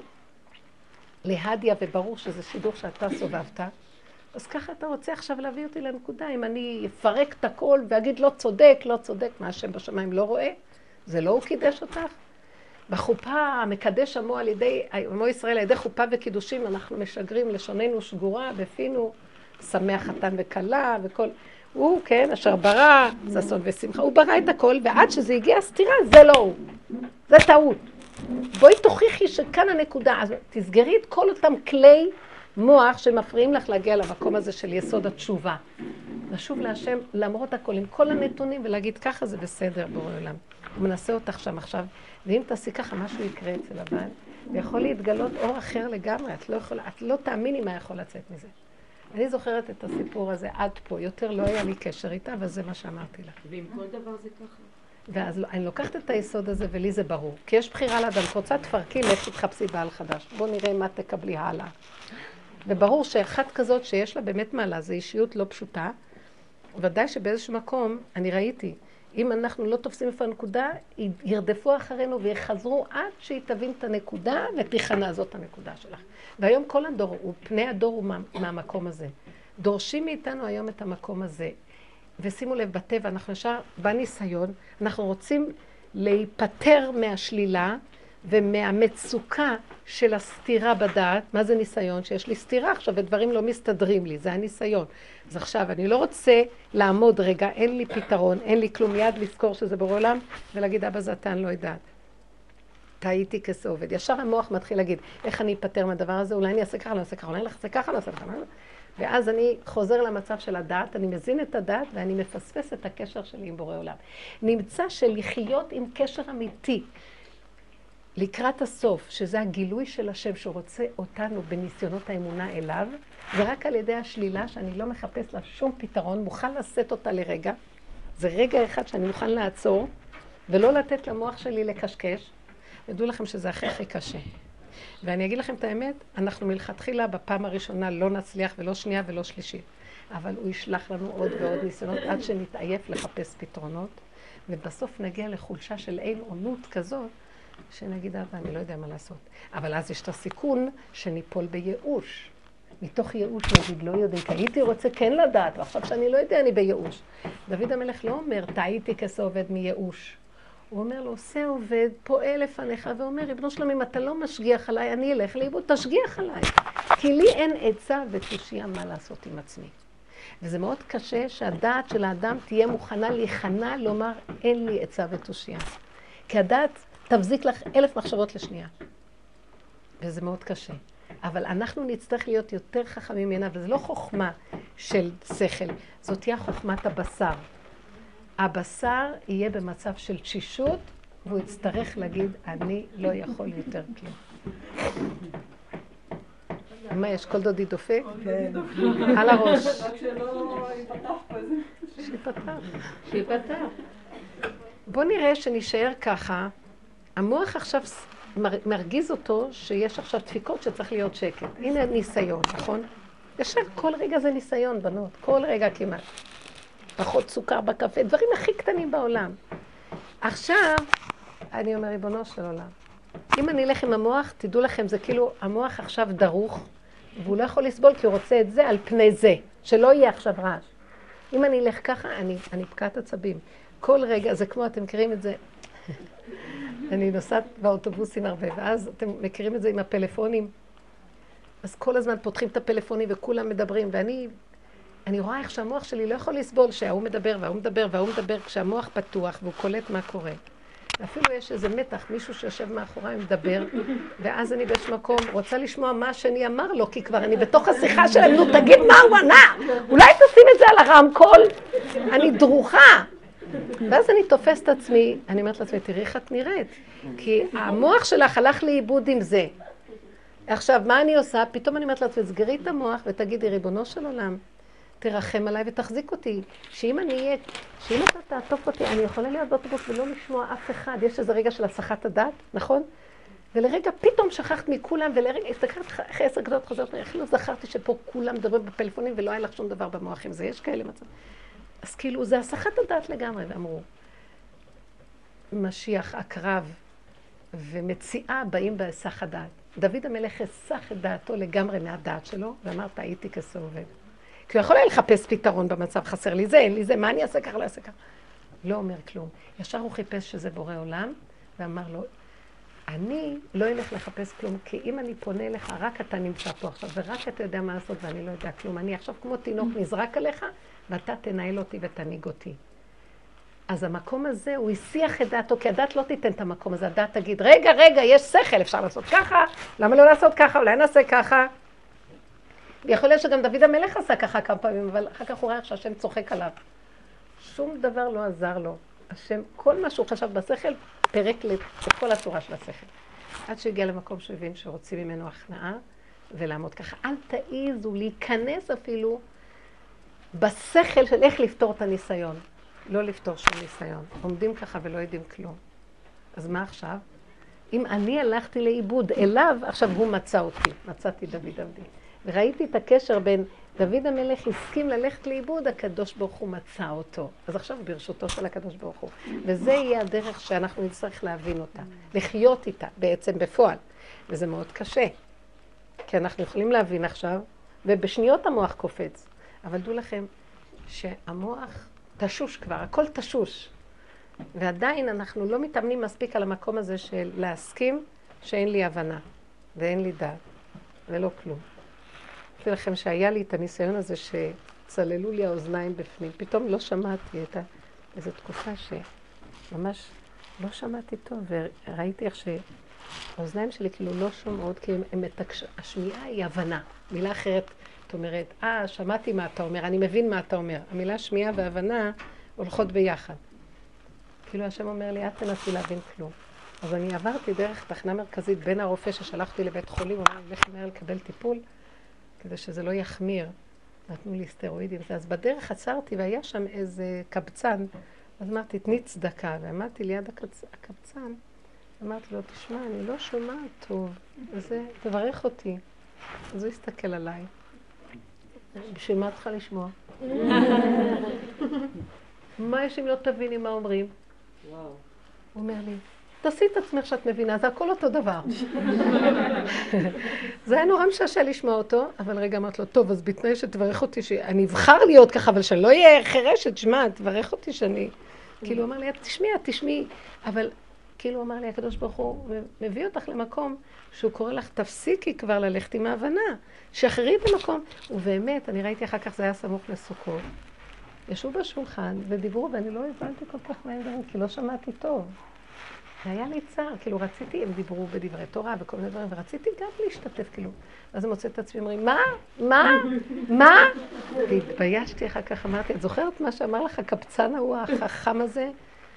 להדיה, וברור שזה שידור שאתה סובבת. אז ככה אתה רוצה עכשיו להביא אותי לנקודה. אם אני אפרק את הכל ואגיד לא צודק, לא צודק, מה השם בשמיים לא רואה, זה לא הוא קידש אותך. בחופה המקדש עמו על ידי, עמו ישראל על ידי חופה וקידושים, אנחנו משגרים לשוננו שגורה, בפינו, שמח חתן וכלה וכל... הוא, כן, אשר ברא, ששון ושמחה, הוא ברא את הכל, ועד שזה הגיע סתירה, זה לא הוא. זה טעות. בואי תוכיחי שכאן הנקודה, אז תסגרי את כל אותם כלי מוח שמפריעים לך להגיע למקום הזה של יסוד התשובה. לשוב להשם למרות הכל, עם כל הנתונים, ולהגיד ככה זה בסדר בורא עולם. הוא מנסה אותך שם עכשיו, ואם תעשי ככה משהו יקרה אצל הבן, ויכול להתגלות אור אחר לגמרי, את לא, יכול, את לא תאמיני מה יכול לצאת מזה. אני זוכרת את הסיפור הזה עד פה, יותר לא היה לי קשר איתה, אבל זה מה שאמרתי לך. ועם כל דבר זה ככה. ואז אני לוקחת את היסוד הזה, ולי זה ברור. כי יש בחירה לאדם, רוצה תפרקי, לך תתחפשי בעל חדש. בוא נראה מה תקבלי הלאה. וברור שאחת כזאת שיש לה באמת מעלה, זו אישיות לא פשוטה. ודאי שבאיזשהו מקום, אני ראיתי, אם אנחנו לא תופסים איפה הנקודה, ירדפו אחרינו ויחזרו עד שהיא תבין את הנקודה, ותיכנה זאת הנקודה שלך. והיום כל הדור, פני הדור הוא מה, מהמקום הזה. דורשים מאיתנו היום את המקום הזה. ושימו לב, בטבע, אנחנו ישר בניסיון, אנחנו רוצים להיפטר מהשלילה ומהמצוקה של הסתירה בדעת. מה זה ניסיון? שיש לי סתירה עכשיו ודברים לא מסתדרים לי, זה הניסיון. אז עכשיו אני לא רוצה לעמוד רגע, אין לי פתרון, אין לי כלום, מיד לזכור שזה בורא עולם ולהגיד אבא זה אתה, אני לא יודעת. טעיתי כסעובד. ישר המוח מתחיל להגיד, איך אני אפטר מהדבר הזה? אולי אני אעשה ככה, אני אעשה ככה, אולי אני אעשה ככה, אני אעשה ככה. ואז אני חוזר למצב של הדעת, אני מזין את הדעת ואני מפספס את הקשר שלי עם בורא עולם. נמצא שלחיות עם קשר אמיתי, לקראת הסוף, שזה הגילוי של השם שרוצה אותנו בניסיונות האמונה אליו, זה רק על ידי השלילה שאני לא מחפש לה שום פתרון, מוכן לשאת אותה לרגע. זה רגע אחד שאני מוכן לעצור, ולא לתת למוח שלי לקשקש. ודעו לכם שזה הכי הכי קשה. ואני אגיד לכם את האמת, אנחנו מלכתחילה בפעם הראשונה לא נצליח ולא שנייה ולא שלישית. אבל הוא ישלח לנו עוד ועוד ניסיונות עד שנתעייף לחפש פתרונות, ובסוף נגיע לחולשה של אין עונות כזאת, שנגיד, אבא, אני לא יודע מה לעשות. אבל אז יש את הסיכון שניפול בייאוש. מתוך ייאוש נגיד, לא יודעים, כי הייתי רוצה כן לדעת, ועכשיו שאני לא יודע, אני בייאוש. דוד המלך לא אומר, טעיתי כסעובד מייאוש. הוא אומר לו, עושה עובד, פועל לפניך, ואומר, ריבונו שלום, אם אתה לא משגיח עליי, אני אלך לאיבוד, תשגיח עליי. כי לי אין עצה ותושייה מה לעשות עם עצמי. וזה מאוד קשה שהדעת של האדם תהיה מוכנה להיכנע, לומר, אין לי עצה ותושייה. כי הדעת תבזיק לך אלף מחשבות לשנייה. וזה מאוד קשה. אבל אנחנו נצטרך להיות יותר חכמים ממנה, וזה לא חוכמה של שכל, זאת תהיה חוכמת הבשר. הבשר יהיה במצב של תשישות, והוא יצטרך להגיד, אני לא יכול יותר כלום. מה יש? כל דודי דופק? כן. על הראש. רק שלא ייפתח פה איזה... שיפתח. שיפתח. בוא נראה שנשאר ככה. המוח עכשיו מרגיז אותו שיש עכשיו דפיקות שצריך להיות שקט. הנה ניסיון, נכון? ישר כל רגע זה ניסיון, בנות. כל רגע כמעט. פחות סוכר בקפה, דברים הכי קטנים בעולם. עכשיו, אני אומר, ריבונו של עולם, אם אני אלך עם המוח, תדעו לכם, זה כאילו, המוח עכשיו דרוך, והוא לא יכול לסבול כי הוא רוצה את זה על פני זה, שלא יהיה עכשיו רעש. אם אני אלך ככה, אני, אני פקעת עצבים. כל רגע, זה כמו, אתם מכירים את זה, אני נוסעת באוטובוסים הרבה, ואז אתם מכירים את זה עם הפלאפונים, אז כל הזמן פותחים את הפלאפונים וכולם מדברים, ואני... אני רואה איך שהמוח שלי לא יכול לסבול שההוא מדבר וההוא מדבר וההוא מדבר כשהמוח פתוח והוא קולט מה קורה. אפילו יש איזה מתח, מישהו שיושב מאחוריי מדבר, ואז אני באיש מקום רוצה לשמוע מה שאני אמר לו, כי כבר אני בתוך השיחה שלהם, נו תגיד מה הוא ענה, אולי תשים את זה על הרמקול, אני דרוכה. ואז אני תופס את עצמי, אני אומרת לעצמי, תראי איך את נראית, כי המוח שלך הלך לאיבוד עם זה. עכשיו, מה אני עושה? פתאום אני אומרת לעצמי, סגרי את המוח ותגידי, ריבונו של עולם, תרחם עליי ותחזיק אותי, שאם אני אהיה, שאם אתה תעטוף אותי, אני יכולה להיות באוטובוס ולא לשמוע אף אחד. יש איזה רגע של הסחת הדעת, נכון? ולרגע פתאום שכחת מכולם, ולרגע הסתכלת אחרי עשר גדולות חזרת, איך לא זכרתי שפה כולם מדברים בפלאפונים ולא היה לך שום דבר במוח עם זה, יש כאלה מצב. אז כאילו זה הסחת הדעת לגמרי, ואמרו, משיח, הקרב ומציאה באים בהסח הדעת. דוד המלך הסח את דעתו לגמרי מהדעת שלו, ואמר, טעיתי כסובב. כי הוא יכול היה לחפש פתרון במצב, חסר לי זה, אין לי זה, מה אני אעשה ככה, לא אעשה ככה. לא אומר כלום. ישר הוא חיפש שזה בורא עולם, ואמר לו, אני לא אלך לחפש כלום, כי אם אני פונה אליך, רק אתה נמצא פה עכשיו, ורק אתה יודע מה לעשות ואני לא יודע כלום. אני עכשיו כמו תינוק נזרק עליך, ואתה תנהל אותי ותנהיג אותי. אז המקום הזה, הוא הסיח את דעתו, כי הדת לא תיתן את המקום הזה, הדת תגיד, רגע, רגע, יש שכל, אפשר לעשות ככה, למה לא לעשות ככה, אולי נעשה ככה. ויכול להיות שגם דוד המלך עשה ככה כמה פעמים, אבל אחר כך הוא ראה שהשם צוחק עליו. שום דבר לא עזר לו. השם, כל מה שהוא חשב בשכל, פרק את כל הצורה של השכל. עד שהגיע למקום שהוא הבין שרוצים ממנו הכנעה, ולעמוד ככה. אל תעיזו להיכנס אפילו בשכל של איך לפתור את הניסיון. לא לפתור שום ניסיון. עומדים ככה ולא יודעים כלום. אז מה עכשיו? אם אני הלכתי לאיבוד אליו, עכשיו הוא מצא אותי. מצאתי דוד עבדי. וראיתי את הקשר בין דוד המלך הסכים ללכת לאיבוד, הקדוש ברוך הוא מצא אותו. אז עכשיו ברשותו של הקדוש ברוך הוא. וזה יהיה הדרך שאנחנו נצטרך להבין אותה. לחיות איתה בעצם בפועל. וזה מאוד קשה. כי אנחנו יכולים להבין עכשיו, ובשניות המוח קופץ. אבל דעו לכם שהמוח תשוש כבר, הכל תשוש. ועדיין אנחנו לא מתאמנים מספיק על המקום הזה של להסכים שאין לי הבנה, ואין לי דעת, ולא כלום. אני לכם שהיה לי את הניסיון הזה שצללו לי האוזניים בפנים. פתאום לא שמעתי את איזו תקופה שממש לא שמעתי טוב, וראיתי איך שהאוזניים שלי כאילו לא שומעות, כי הם מתקש... השמיעה היא הבנה. מילה אחרת, את אומרת, אה, שמעתי מה אתה אומר, אני מבין מה אתה אומר. המילה שמיעה והבנה הולכות ביחד. כאילו השם אומר לי, את תנסי להבין כלום. אז אני עברתי דרך תחנה מרכזית בין הרופא ששלחתי לבית חולים, הוא אמר, לך מהר לקבל טיפול, כדי שזה לא יחמיר. נתנו לי סטרואידים. אז בדרך עצרתי והיה שם איזה קבצן, אז אמרתי, תני צדקה, ועמדתי ליד הקבצ... הקבצן, אמרתי לו, תשמע, אני לא שומעת טוב, וזה, תברך אותי. אז הוא הסתכל עליי. בשביל מה צריכה לשמוע? מה יש אם לא תביני מה אומרים? הוא אומר לי, תעשי את עצמך שאת מבינה, זה הכל אותו דבר. זה היה נורא משעשע לשמוע אותו, אבל רגע אמרת לו, טוב, אז בתנאי שתברך אותי, שאני אבחר להיות ככה, אבל שאני לא אהיה חרשת, שמע, תברך אותי שאני... כאילו הוא אמר לי, תשמעי, תשמעי, אבל כאילו הוא אמר לי, הקדוש ברוך הוא מביא אותך למקום שהוא קורא לך, תפסיקי כבר ללכת עם ההבנה, שחררי את המקום. ובאמת, אני ראיתי אחר כך, זה היה סמוך לסוכות. ישבו בשולחן ודיברו, ואני לא הבנתי כל כך מה הם דברים, כי לא שמעתי טוב. והיה לי צער, כאילו רציתי, הם דיברו בדברי תורה וכל מיני דברים, ורציתי גם להשתתף, כאילו. אז הם מוצאת את עצמי, אומרים, מה? מה? מה? והתביישתי אחר כך, אמרתי, את זוכרת מה שאמר לך הקבצן ההוא, החכם הזה?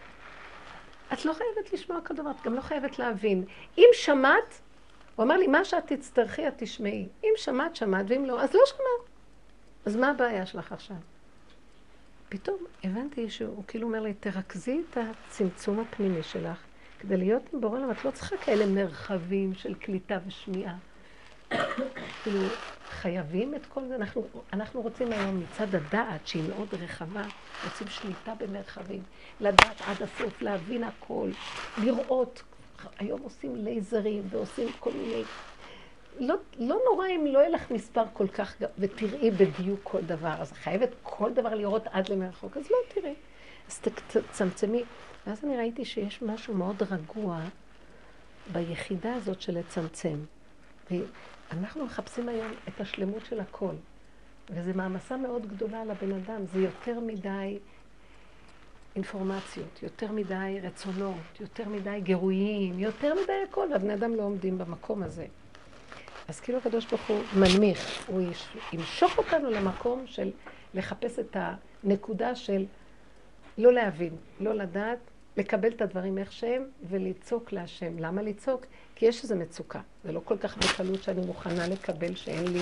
את לא חייבת לשמוע כל דבר, את גם לא חייבת להבין. אם שמעת, הוא אמר לי, מה שאת תצטרכי, את תשמעי. אם שמעת, שמעת, ואם לא, אז לא שמעת. אז מה הבעיה שלך עכשיו? פתאום הבנתי שהוא כאילו אומר לי, תרכזי את הצמצום הפנימי שלך, כדי להיות עם בורא עולם, את לא צריכה כאלה מרחבים של קליטה ושמיעה. כאילו, חייבים את כל זה. אנחנו, אנחנו רוצים היום מצד הדעת, שהיא מאוד רחבה, רוצים שליטה במרחבים, לדעת עד הסוף, להבין הכל, לראות. היום עושים לייזרים ועושים כל מיני... לא, לא נורא אם לא יהיה לך מספר כל כך, ותראי בדיוק כל דבר. אז חייבת כל דבר לראות עד למרחוק, אז לא תראי. אז תצמצמי. ואז אני ראיתי שיש משהו מאוד רגוע ביחידה הזאת של לצמצם. ואנחנו מחפשים היום את השלמות של הכל. וזו מעמסה מאוד גדולה על הבן אדם. זה יותר מדי אינפורמציות, יותר מדי רצונות, יותר מדי גירויים, יותר מדי הכל, והבני אדם לא עומדים במקום הזה. אז כאילו הקדוש ברוך הוא מנמיך, הוא ימשוך אותנו למקום של לחפש את הנקודה של לא להבין, לא לדעת, לקבל את הדברים איך שהם ולצעוק להשם. למה לצעוק? כי יש איזו מצוקה. זה לא כל כך בקלות שאני מוכנה לקבל שאין לי,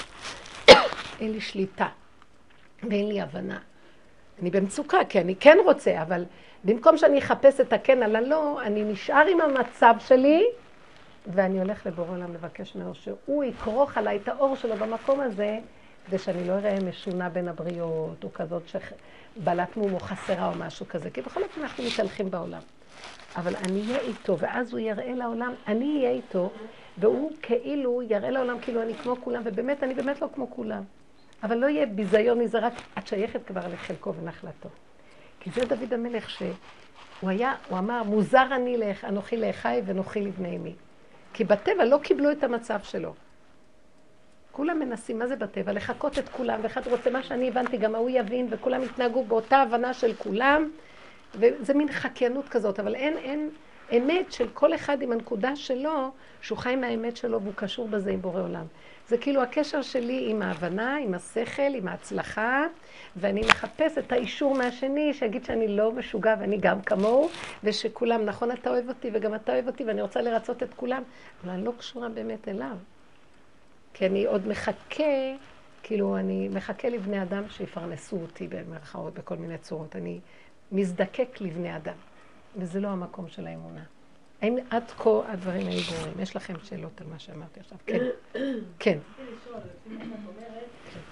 אין לי שליטה ואין לי הבנה. אני במצוקה, כי אני כן רוצה, אבל במקום שאני אחפש את הכן על הלא, אני נשאר עם המצב שלי, ואני הולך לבורא עולם לבקש ממנו שהוא יכרוך עליי את האור שלו במקום הזה, כדי שאני לא אראה משונה בין הבריות, או כזאת שבעלת מום או חסרה או משהו כזה, כי בכל אופן אנחנו מתהלכים בעולם. אבל אני אהיה איתו, ואז הוא יראה לעולם, אני אהיה איתו, והוא כאילו יראה לעולם כאילו אני כמו כולם, ובאמת, אני באמת לא כמו כולם. אבל לא יהיה ביזיון מזה, רק את שייכת כבר לחלקו ונחלתו. כי זה דוד המלך שהוא היה, הוא אמר, מוזר אני לך, אנוכי לאחי ונוכי לבני אמי. כי בטבע לא קיבלו את המצב שלו. כולם מנסים, מה זה בטבע? לחכות את כולם, ואחד רוצה מה שאני הבנתי, גם הוא יבין, וכולם התנהגו באותה הבנה של כולם, וזה מין חקיינות כזאת, אבל אין, אין אמת של כל אחד עם הנקודה שלו, שהוא חי מהאמת שלו, והוא קשור בזה עם בורא עולם. זה כאילו הקשר שלי עם ההבנה, עם השכל, עם ההצלחה, ואני מחפש את האישור מהשני, שיגיד שאני לא משוגע ואני גם כמוהו, ושכולם, נכון, אתה אוהב אותי וגם אתה אוהב אותי, ואני רוצה לרצות את כולם, אבל אני לא קשורה באמת אליו. כי אני עוד מחכה, כאילו אני מחכה לבני אדם שיפרנסו אותי במרכאות, בכל מיני צורות. אני מזדקק לבני אדם, וזה לא המקום של האמונה. האם עד כה הדברים היו ברורים? יש לכם שאלות על מה שאמרתי עכשיו? כן. כן. רציתי לשאול, לפי מה שאת אומרת,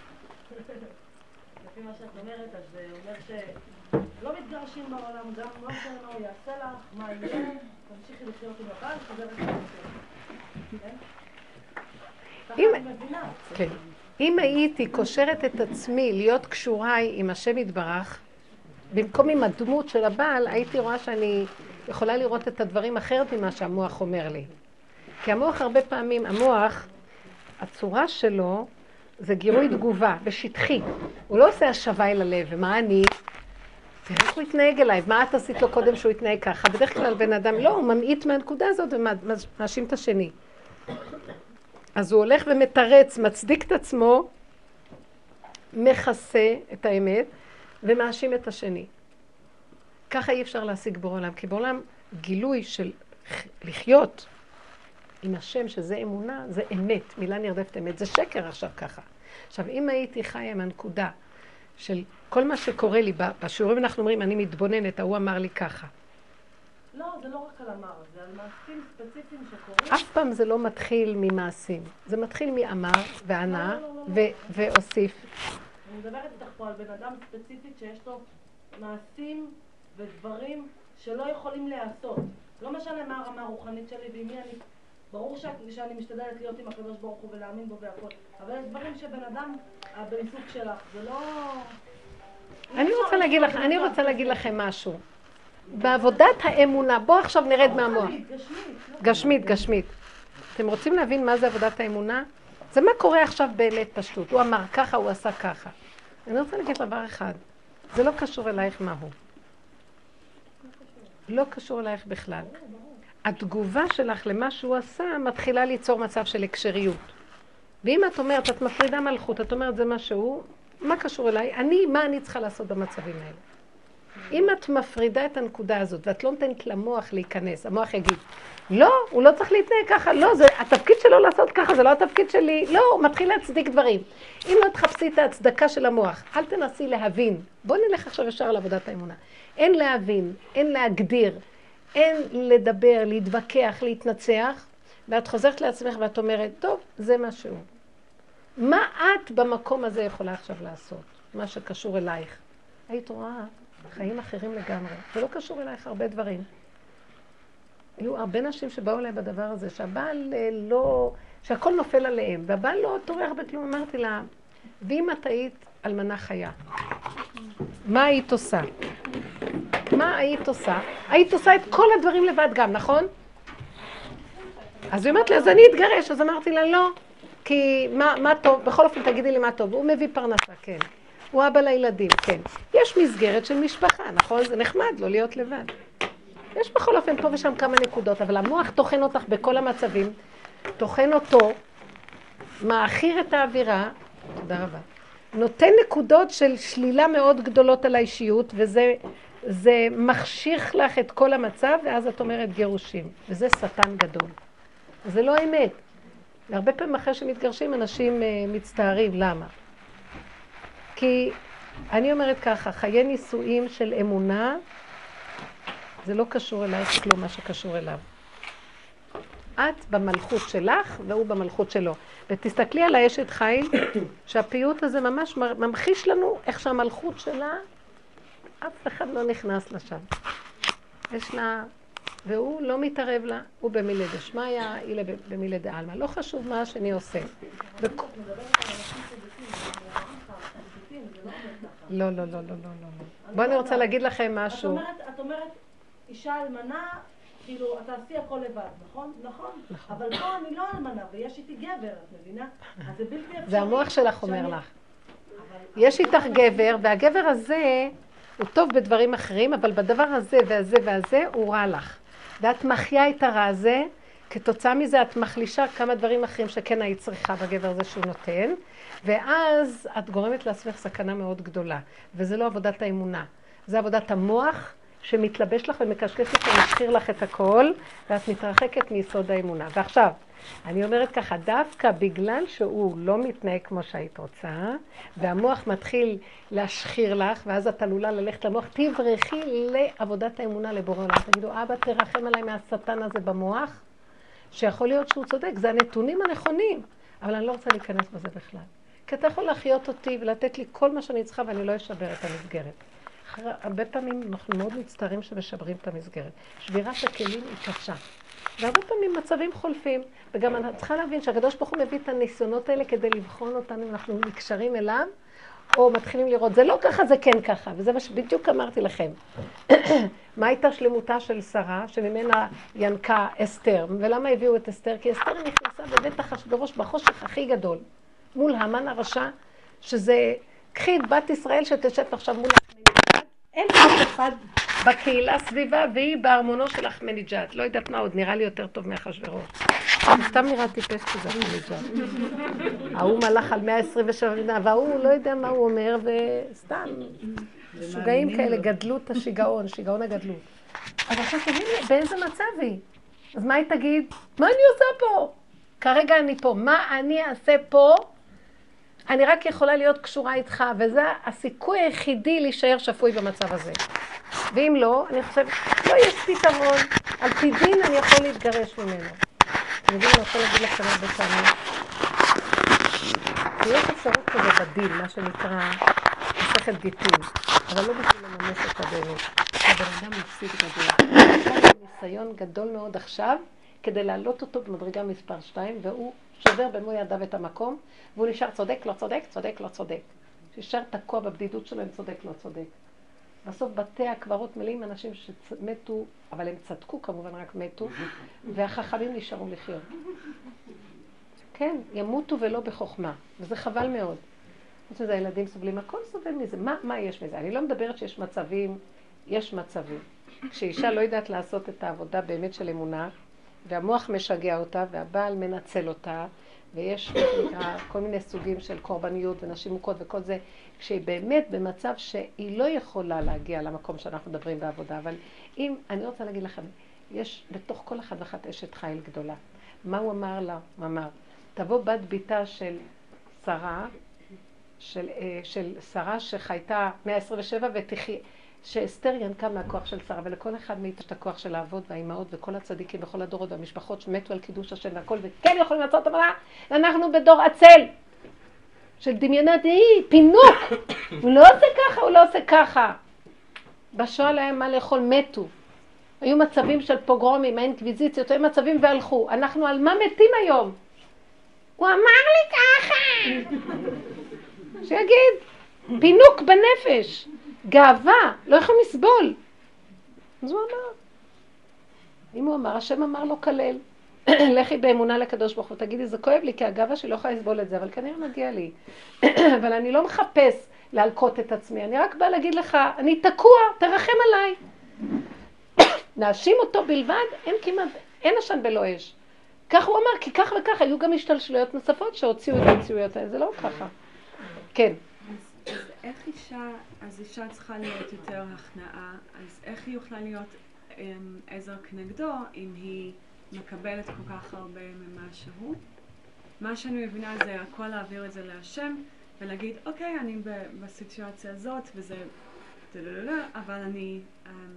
לפי מה שאת אומרת, אז זה אומר שלא מתגרשים בעולם, גם מה שלנו יעשה לך, מה יהיה, תמשיכי לחיות עם הבן, חוזרת לזה. כן? ככה אני מבינה. כן. אם הייתי קושרת את עצמי להיות קשורה עם השם יתברך, במקום עם הדמות של הבעל, הייתי רואה שאני יכולה לראות את הדברים אחרת ממה שהמוח אומר לי. כי המוח הרבה פעמים, המוח, הצורה שלו זה גירוי תגובה, בשטחי. הוא לא עושה השווה אל הלב, ומה אני? תראה איך הוא התנהג אליי, מה את עשית לו קודם שהוא התנהג ככה? בדרך כלל בן אדם לא, הוא ממעיט מהנקודה הזאת ומאשים את השני. אז הוא הולך ומתרץ, מצדיק את עצמו, מכסה את האמת, ומאשים את השני. ככה אי אפשר להשיג בעולם, כי בעולם גילוי של לחיות עם השם, שזה אמונה, זה אמת, מילה נרדפת אמת, זה שקר עכשיו ככה. עכשיו, אם הייתי חיה עם הנקודה של כל מה שקורה לי, בשיעורים אנחנו אומרים, אני מתבוננת, הוא אמר לי ככה. לא, זה לא רק על אמר, זה על מעשים ספציפיים שקורים. אף פעם זה לא מתחיל ממעשים, זה מתחיל מאמר וענה והוסיף. אני מדברת איתך פה על בן אדם ספציפית שיש לו מעשים ודברים שלא יכולים להיעשות. לא משנה מה הרמה הרוחנית שלי ועם מי אני... ברור שאני משתדלת להיות עם הקדוש ברוך הוא ולהאמין בו והכל. אבל יש דברים שבן אדם, בעיסוק שלך, זה לא... אני רוצה להגיד לך, אני רוצה להגיד לכם משהו. בעבודת האמונה, בואו עכשיו נרד מהמוח. גשמית, גשמית. אתם רוצים להבין מה זה עבודת האמונה? זה מה קורה עכשיו באמת פשטות. הוא אמר ככה, הוא עשה ככה. אני רוצה להגיד דבר אחד. זה לא קשור אלייך מהו. לא קשור אלייך בכלל. התגובה שלך למה שהוא עשה מתחילה ליצור מצב של הקשריות. ואם את אומרת, את מפרידה מלכות, את אומרת זה משהו, מה קשור אליי? אני, מה אני צריכה לעשות במצבים האלה? אם את מפרידה את הנקודה הזאת, ואת לא נותנת למוח להיכנס, המוח יגיד, לא, הוא לא צריך להתנהג ככה, לא, זה התפקיד שלו לעשות ככה, זה לא התפקיד שלי, לא, הוא מתחיל להצדיק דברים. אם לא תחפשי את ההצדקה של המוח, אל תנסי להבין. בוא נלך עכשיו ישר על עבודת האמונה. אין להבין, אין להגדיר, אין לדבר, להתווכח, להתנצח, ואת חוזרת לעצמך ואת אומרת, טוב, זה משהו. מה את במקום הזה יכולה עכשיו לעשות? מה שקשור אלייך. היית רואה חיים אחרים לגמרי. זה לא קשור אלייך הרבה דברים. היו הרבה נשים שבאו אליי בדבר הזה, שהבעל לא, שהכל נופל עליהם, והבעל לא טורח בכלום. אמרתי לה, ואם את היית אלמנה חיה, מה היית עושה? מה היית עושה? היית עושה את כל הדברים לבד גם, נכון? אז היא אומרת לי, אז אני אתגרש. אז אמרתי לה, לא. כי מה, מה טוב? בכל אופן תגידי לי מה טוב. הוא מביא פרנסה, כן. הוא אבא לילדים, כן. יש מסגרת של משפחה, נכון? זה נחמד לא להיות לבד. יש בכל אופן פה ושם כמה נקודות, אבל המוח תוכן אותך בכל המצבים, תוכן אותו, מאחיר את האווירה, תודה רבה, נותן נקודות של שלילה מאוד גדולות על האישיות, וזה זה מחשיך לך את כל המצב, ואז את אומרת גירושים, וזה שטן גדול. זה לא אמת. והרבה פעמים אחרי שמתגרשים אנשים מצטערים, למה? כי אני אומרת ככה, חיי נישואים של אמונה, זה לא קשור אלייך כלום מה שקשור אליו. את במלכות שלך והוא במלכות שלו. ותסתכלי על האשת חיל, שהפיוט הזה ממש ממחיש לנו איך שהמלכות שלה, אף אחד לא נכנס לשם. יש לה, והוא לא מתערב לה, הוא במילי דשמיא, היא במילי דעלמא. לא חשוב מה שאני עושה. לא, לא, לא, לא, לא, לא. בואו אני רוצה להגיד לכם משהו. את אומרת, אישה אלמנה, כאילו, אתה עשי הכל לבד, נכון? נכון. אבל פה אני לא אלמנה, ויש איתי גבר, את מבינה? אז זה בלתי אפשרי. זה המוח שלך אומר לך. יש איתך גבר, והגבר הזה הוא טוב בדברים אחרים, אבל בדבר הזה והזה והזה הוא רע לך. ואת מחיה את הרע הזה, כתוצאה מזה את מחלישה כמה דברים אחרים שכן היית צריכה בגבר הזה שהוא נותן, ואז את גורמת לעצמך סכנה מאוד גדולה. וזה לא עבודת האמונה, זה עבודת המוח שמתלבש לך ומקשקש לך ומשחיר לך את הכל, ואת מתרחקת מיסוד האמונה. ועכשיו, אני אומרת ככה, דווקא בגלל שהוא לא מתנהג כמו שהיית רוצה, והמוח מתחיל להשחיר לך, ואז את עלולה ללכת למוח, תברכי לעבודת האמונה לבורא עולם. תגידו, אבא תרחם עליי מהשטן הזה במוח, שיכול להיות שהוא צודק, זה הנתונים הנכונים, אבל אני לא רוצה להיכנס בזה בכלל. כי אתה יכול להחיות אותי ולתת לי כל מה שאני צריכה, ואני לא אשבר את המסגרת. הרבה פעמים אנחנו מאוד מצטערים שמשברים את המסגרת. שבירת הכלים היא קשה. והרבה פעמים מצבים חולפים, וגם אני צריכה להבין שהקדוש ברוך הוא מביא את הניסיונות האלה כדי לבחון אותנו אם אנחנו נקשרים אליו, או מתחילים לראות, זה לא ככה, זה כן ככה, וזה מה שבדיוק אמרתי לכם. מה הייתה שלמותה של שרה, שממנה ינקה אסתר, ולמה הביאו את אסתר? כי אסתר נכנסה בבית אחשוורוש בחושך הכי גדול, מול המן הרשע, שזה, קחי את בת ישראל שתשב עכשיו מול אחמניג'אד, אין אף אחד בקהילה סביבה, והיא בארמונו של אחמניג'אד. לא יודעת מה, עוד נראה לי יותר טוב מאחשוורוש. סתם נראה טיפש כזה אחמניג'אד. ההוא מלך על מאה עשרים ושבע מדינה, והוא לא יודע מה הוא אומר, וסתם. שוגעים כאלה גדלו את השיגעון, שיגעון הגדלות. אז עכשיו תגיד לי, באיזה מצב היא? אז מה היא תגיד? מה אני עושה פה? כרגע אני פה. מה אני אעשה פה? אני רק יכולה להיות קשורה איתך, וזה הסיכוי היחידי להישאר שפוי במצב הזה. ואם לא, אני חושבת, לא יש פתרון. על פי דין אני יכול להתגרש ממנו. אני מבין, אני יכול להגיד לכם הרבה פעמים. יש אפשרות כזה בדין, מה שנקרא מסכת גיטין, אבל לא בשביל לממש את הבאמת. הבן אדם מפסיד גדול. יש לנו ניסיון גדול מאוד עכשיו, כדי להעלות אותו במדרגה מספר שתיים, והוא שובר במו ידיו את המקום, והוא נשאר צודק, לא צודק, צודק, לא צודק. נשאר תקוע בבדידות שלהם, צודק, לא צודק. בסוף בתי הקברות מלאים אנשים שמתו, אבל הם צדקו כמובן, רק מתו, והחכמים נשארו לחיות. כן, ימותו ולא בחוכמה, וזה חבל מאוד. חוץ מזה, הילדים סובלים, הכל סובל מזה. מה, מה יש מזה? אני לא מדברת שיש מצבים, יש מצבים. כשאישה לא יודעת לעשות את העבודה באמת של אמונה, והמוח משגע אותה, והבעל מנצל אותה, ויש נקרא, כל מיני סוגים של קורבניות ונשים מוכות וכל זה, כשהיא באמת במצב שהיא לא יכולה להגיע למקום שאנחנו מדברים בעבודה, אבל אם, אני רוצה להגיד לכם, יש בתוך כל אחד ואחת אשת חיל גדולה. מה הוא אמר לה? הוא אמר, תבוא בת ביתה של שרה, של, של שרה שחייתה מאה עשרים ושבע ותחי, שאסתר ינקה מהכוח של שרה, ולכל אחד מאיתה את הכוח של האבות והאימהות וכל הצדיקים וכל הדורות והמשפחות שמתו על קידוש השם והכל, וכן יכולים לעשות המלה, ואנחנו בדור עצל של דמיינת, היא פינוק, הוא לא עושה ככה, הוא לא עושה ככה. בשואה להם מה לאכול, מתו. היו מצבים של פוגרומים, האינקוויזיציות, היו מצבים והלכו. אנחנו על מה מתים היום? הוא אמר לי ככה. שיגיד, פינוק בנפש. גאווה, לא יכולים לסבול. אז הוא אמר. אם הוא אמר, השם אמר לו כלל. לכי באמונה לקדוש ברוך הוא. תגידי, זה כואב לי, כי הגאווה שלי לא יכולה לסבול את זה, אבל כנראה מגיע לי. אבל אני לא מחפש להלקות את עצמי. אני רק באה להגיד לך, אני תקוע, תרחם עליי. נאשים אותו בלבד, אין כמעט, אין עשן בלא אש. כך הוא אמר, כי כך וכך, היו גם השתלשלויות נוספות שהוציאו את המציאויות האלה. זה לא ככה. כן. אז איך אישה, אז אישה צריכה להיות יותר הכנעה, אז איך היא יכולה להיות um, עזר כנגדו אם היא מקבלת כל כך הרבה ממה שהוא? מה שאני מבינה זה הכל להעביר את זה להשם ולהגיד, אוקיי, אני בסיטואציה הזאת וזה, אבל אני, um,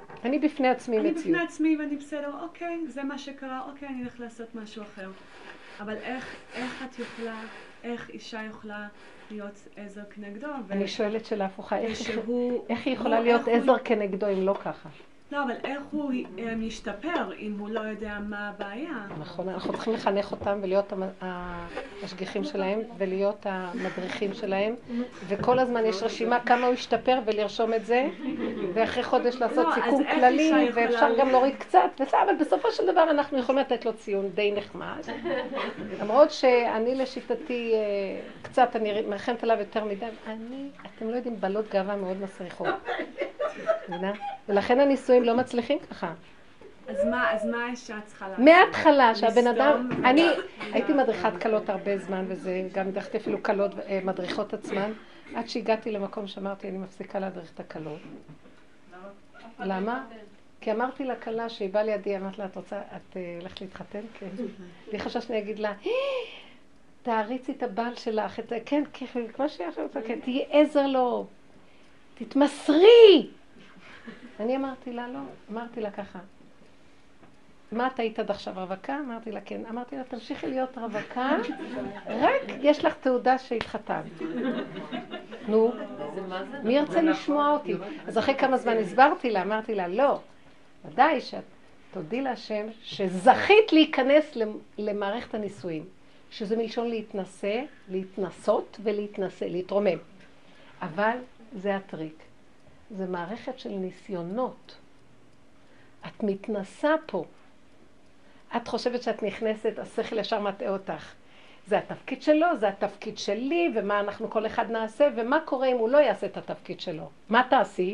אני בפני עצמי אני מציאות. בפני עצמי ואני בסדר, אוקיי, זה מה שקרה, אוקיי, אני הולך לעשות משהו אחר. אבל איך, איך את יכולה, איך אישה יכולה להיות עזר כנגדו? ו... אני שואלת שאלה הפוכה, איך, ושהוא, איך היא יכולה הוא, להיות איך עזר הוא... כנגדו אם לא ככה? לא, אבל איך הוא um, ישתפר אם הוא לא יודע מה הבעיה? נכון, אנחנו צריכים לחנך אותם ולהיות המשגיחים שלהם ולהיות המדריכים שלהם, וכל הזמן יש רשימה כמה הוא ישתפר ולרשום את זה, ואחרי חודש לעשות לא, סיכום אז איך כללי, אישה יכולה ואפשר ל- גם להוריד קצת, בסדר, אבל בסופו של דבר אנחנו יכולים לתת לו ציון די נחמד. למרות שאני לשיטתי אה, קצת, אני מרחמת עליו יותר מדי, אני, אתם לא יודעים, בעלות גאווה מאוד מסריחות. מבינה? ולכן הנישואים לא מצליחים ככה. אז מה, אז מה האישה צריכה לעשות? מההתחלה שהבן אדם, לסתום אני ו- הייתי מדריכת קלות הרבה זמן וזה, גם הדרכתי אפילו קלות אה, מדריכות עצמן, עד שהגעתי למקום שאמרתי אני מפסיקה להדריך את הקלות. למה? כי אמרתי לה קלה שהיא באה לידי, אמרת לה את רוצה, את אה, הולכת להתחתן? כן. והיא חששה שאני אגיד לה, "אה, תעריצי את הבעל שלך, את, כן, כן, כמו שהיא עכשיו רוצה, כן, תהיי עזר לו, תתמסרי. אני אמרתי לה לא, אמרתי לה ככה. מה את היית עד עכשיו רווקה? אמרתי לה כן. אמרתי לה תמשיכי להיות רווקה, רק יש לך תעודה שהתחתנת. נו, מי ירצה לשמוע אותי? אז אחרי כמה זמן הסברתי לה, אמרתי לה לא, ודאי שאת תודי להשם שזכית להיכנס למערכת הנישואים, שזה מלשון להתנסה, להתנסות ולהתנסה, להתרומם. אבל זה הטריק. זה מערכת של ניסיונות. את מתנסה פה. את חושבת שאת נכנסת, השכל ישר מטעה אותך. זה התפקיד שלו, זה התפקיד שלי, ומה אנחנו כל אחד נעשה, ומה קורה אם הוא לא יעשה את התפקיד שלו. מה תעשי?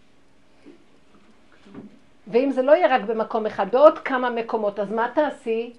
ואם זה לא יהיה רק במקום אחד, בעוד כמה מקומות, אז מה תעשי?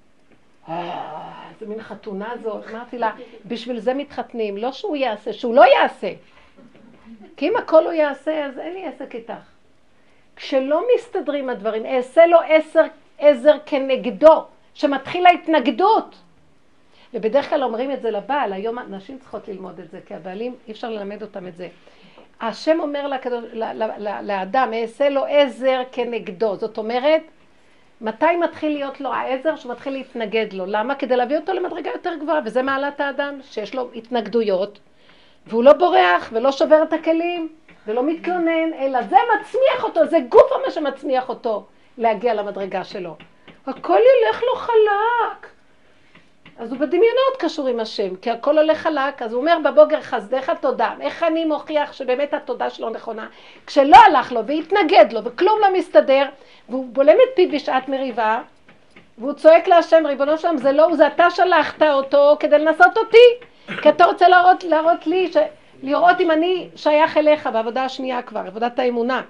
איזה מין חתונה הזאת. אמרתי לה, בשביל זה מתחתנים, לא שהוא יעשה, שהוא לא יעשה. כי אם הכל הוא יעשה, אז אין לי עסק איתך. כשלא מסתדרים הדברים, אעשה לו עשר, עזר כנגדו, שמתחילה התנגדות. ובדרך כלל אומרים את זה לבעל, היום נשים צריכות ללמוד את זה, כי הבעלים אי אפשר ללמד אותם את זה. השם אומר לכדור, ל, ל, ל, לאדם, אעשה לו עזר כנגדו. זאת אומרת, מתי מתחיל להיות לו העזר שמתחיל להתנגד לו? למה? כדי להביא אותו למדרגה יותר גבוהה, וזה מעלת האדם שיש לו התנגדויות, והוא לא בורח ולא שובר את הכלים. ולא מתלונן, אלא זה מצמיח אותו, זה גוף מה שמצמיח אותו להגיע למדרגה שלו. הכל ילך לו חלק. אז הוא בדמיונות קשור עם השם, כי הכל הולך חלק, אז הוא אומר בבוקר חסדך תודה. איך אני מוכיח שבאמת התודה שלו נכונה? כשלא הלך לו והתנגד לו וכלום לא מסתדר, והוא בולם את פיו בשעת מריבה, והוא צועק להשם, ריבונו שלם, זה לא הוא, זה אתה שלחת אותו כדי לנסות אותי. כי אתה רוצה להראות, להראות לי ש... לראות אם אני שייך אליך בעבודה השנייה כבר, עבודת האמונה.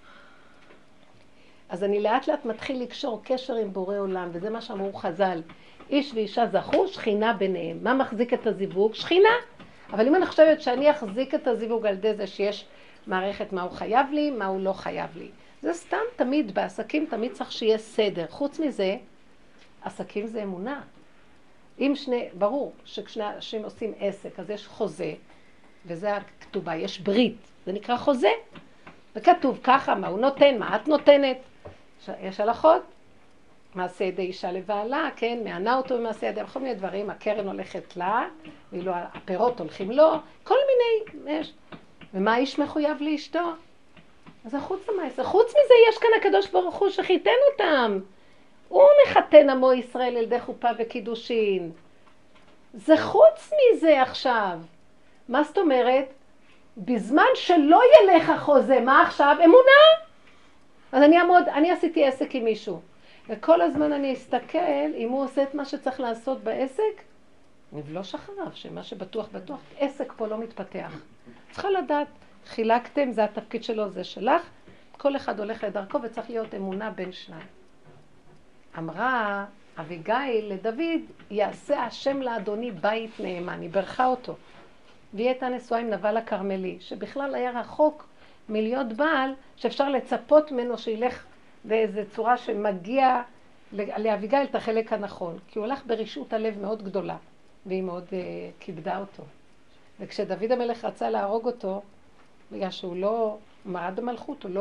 אז אני לאט לאט מתחיל לקשור קשר עם בורא עולם, וזה מה שאמרו חז"ל. איש ואישה זכו, שכינה ביניהם. מה מחזיק את הזיווג? שכינה. אבל אם אני חושבת שאני אחזיק את הזיווג על ידי זה שיש מערכת מה הוא חייב לי, מה הוא לא חייב לי. זה סתם תמיד, בעסקים תמיד צריך שיהיה סדר. חוץ מזה, עסקים זה אמונה. אם שני, ברור שכשני אנשים עושים עסק, אז יש חוזה, וזה הכתובה, יש ברית, זה נקרא חוזה. וכתוב ככה, מה הוא נותן, מה את נותנת. יש הלכות, מעשה ידי אישה לבעלה, כן, מענה אותו במעשה ידי, בכל מיני דברים, הקרן הולכת לה, ואילו הפירות הולכים לו, כל מיני, יש. ומה האיש מחויב לאשתו? אז זה חוץ למעשה, חוץ מזה יש כאן הקדוש ברוך הוא שחיתן אותם. הוא מחתן עמו ישראל ילדי חופה וקידושין. זה חוץ מזה עכשיו. מה זאת אומרת? בזמן שלא ילך החוזה, מה עכשיו? אמונה. אז אני אעמוד, אני עשיתי עסק עם מישהו. וכל הזמן אני אסתכל, אם הוא עושה את מה שצריך לעשות בעסק, נבלוש אחריו, שמה שבטוח בטוח, עסק פה לא מתפתח. צריכה לדעת, חילקתם, זה התפקיד שלו, זה שלך, כל אחד הולך לדרכו וצריך להיות אמונה בין שניים. אמרה אביגיל לדוד, יעשה השם לאדוני בית נאמן, היא ברכה אותו. והיא הייתה נשואה עם נבל הכרמלי, שבכלל היה רחוק מלהיות בעל, שאפשר לצפות ממנו שילך באיזו צורה שמגיע לאביגיל את החלק הנכון. כי הוא הלך ברשעות הלב מאוד גדולה, והיא מאוד uh, כיבדה אותו. וכשדוד המלך רצה להרוג אותו, בגלל שהוא לא מרד במלכות, הוא לא,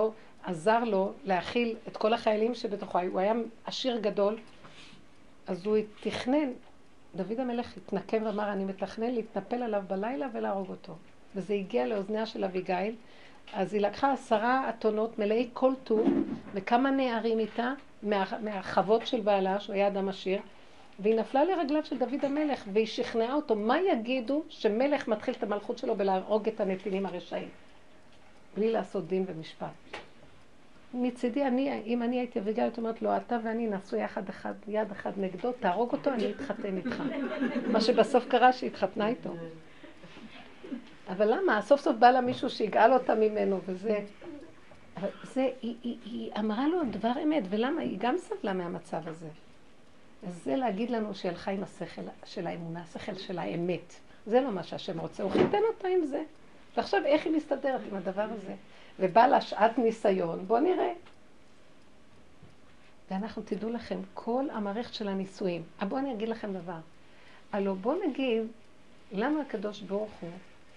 עזר לו להכיל את כל החיילים שבתוכו. הוא היה עשיר גדול, אז הוא תכנן, דוד המלך התנקם ואמר, אני מתכנן להתנפל עליו בלילה ולהרוג אותו. וזה הגיע לאוזניה של אביגיל, אז היא לקחה עשרה אתונות מלאי כל טוב, וכמה נערים איתה, מה, מהחוות של בעלה, שהוא היה אדם עשיר, והיא נפלה לרגליו של דוד המלך, והיא שכנעה אותו, מה יגידו שמלך מתחיל את המלכות שלו בלהרוג את הנתינים הרשעים, בלי לעשות דין ומשפט. מצידי, אני, אם אני הייתי אביגיל, את אומרת לו, אתה ואני נעשו יחד אחד, יד אחד נגדו, תהרוג אותו, אני אתחתן איתך. מה שבסוף קרה שהתחתנה איתו. אבל למה? סוף סוף בא לה מישהו שיגאל אותה ממנו, וזה... אבל זה, היא, היא, היא אמרה לו דבר אמת, ולמה? היא גם סבלה מהמצב הזה. אז זה להגיד לנו שהיא הלכה עם השכל של האמונה, השכל של האמת. זה לא מה שהשם רוצה, הוא חיתן אותה עם זה. ועכשיו איך היא מסתדרת עם הדבר הזה? ובא לה שעת ניסיון, בוא נראה. ואנחנו תדעו לכם, כל המערכת של הניסויים, בואו אני אגיד לכם דבר. הלוא בואו נגיד, למה הקדוש ברוך הוא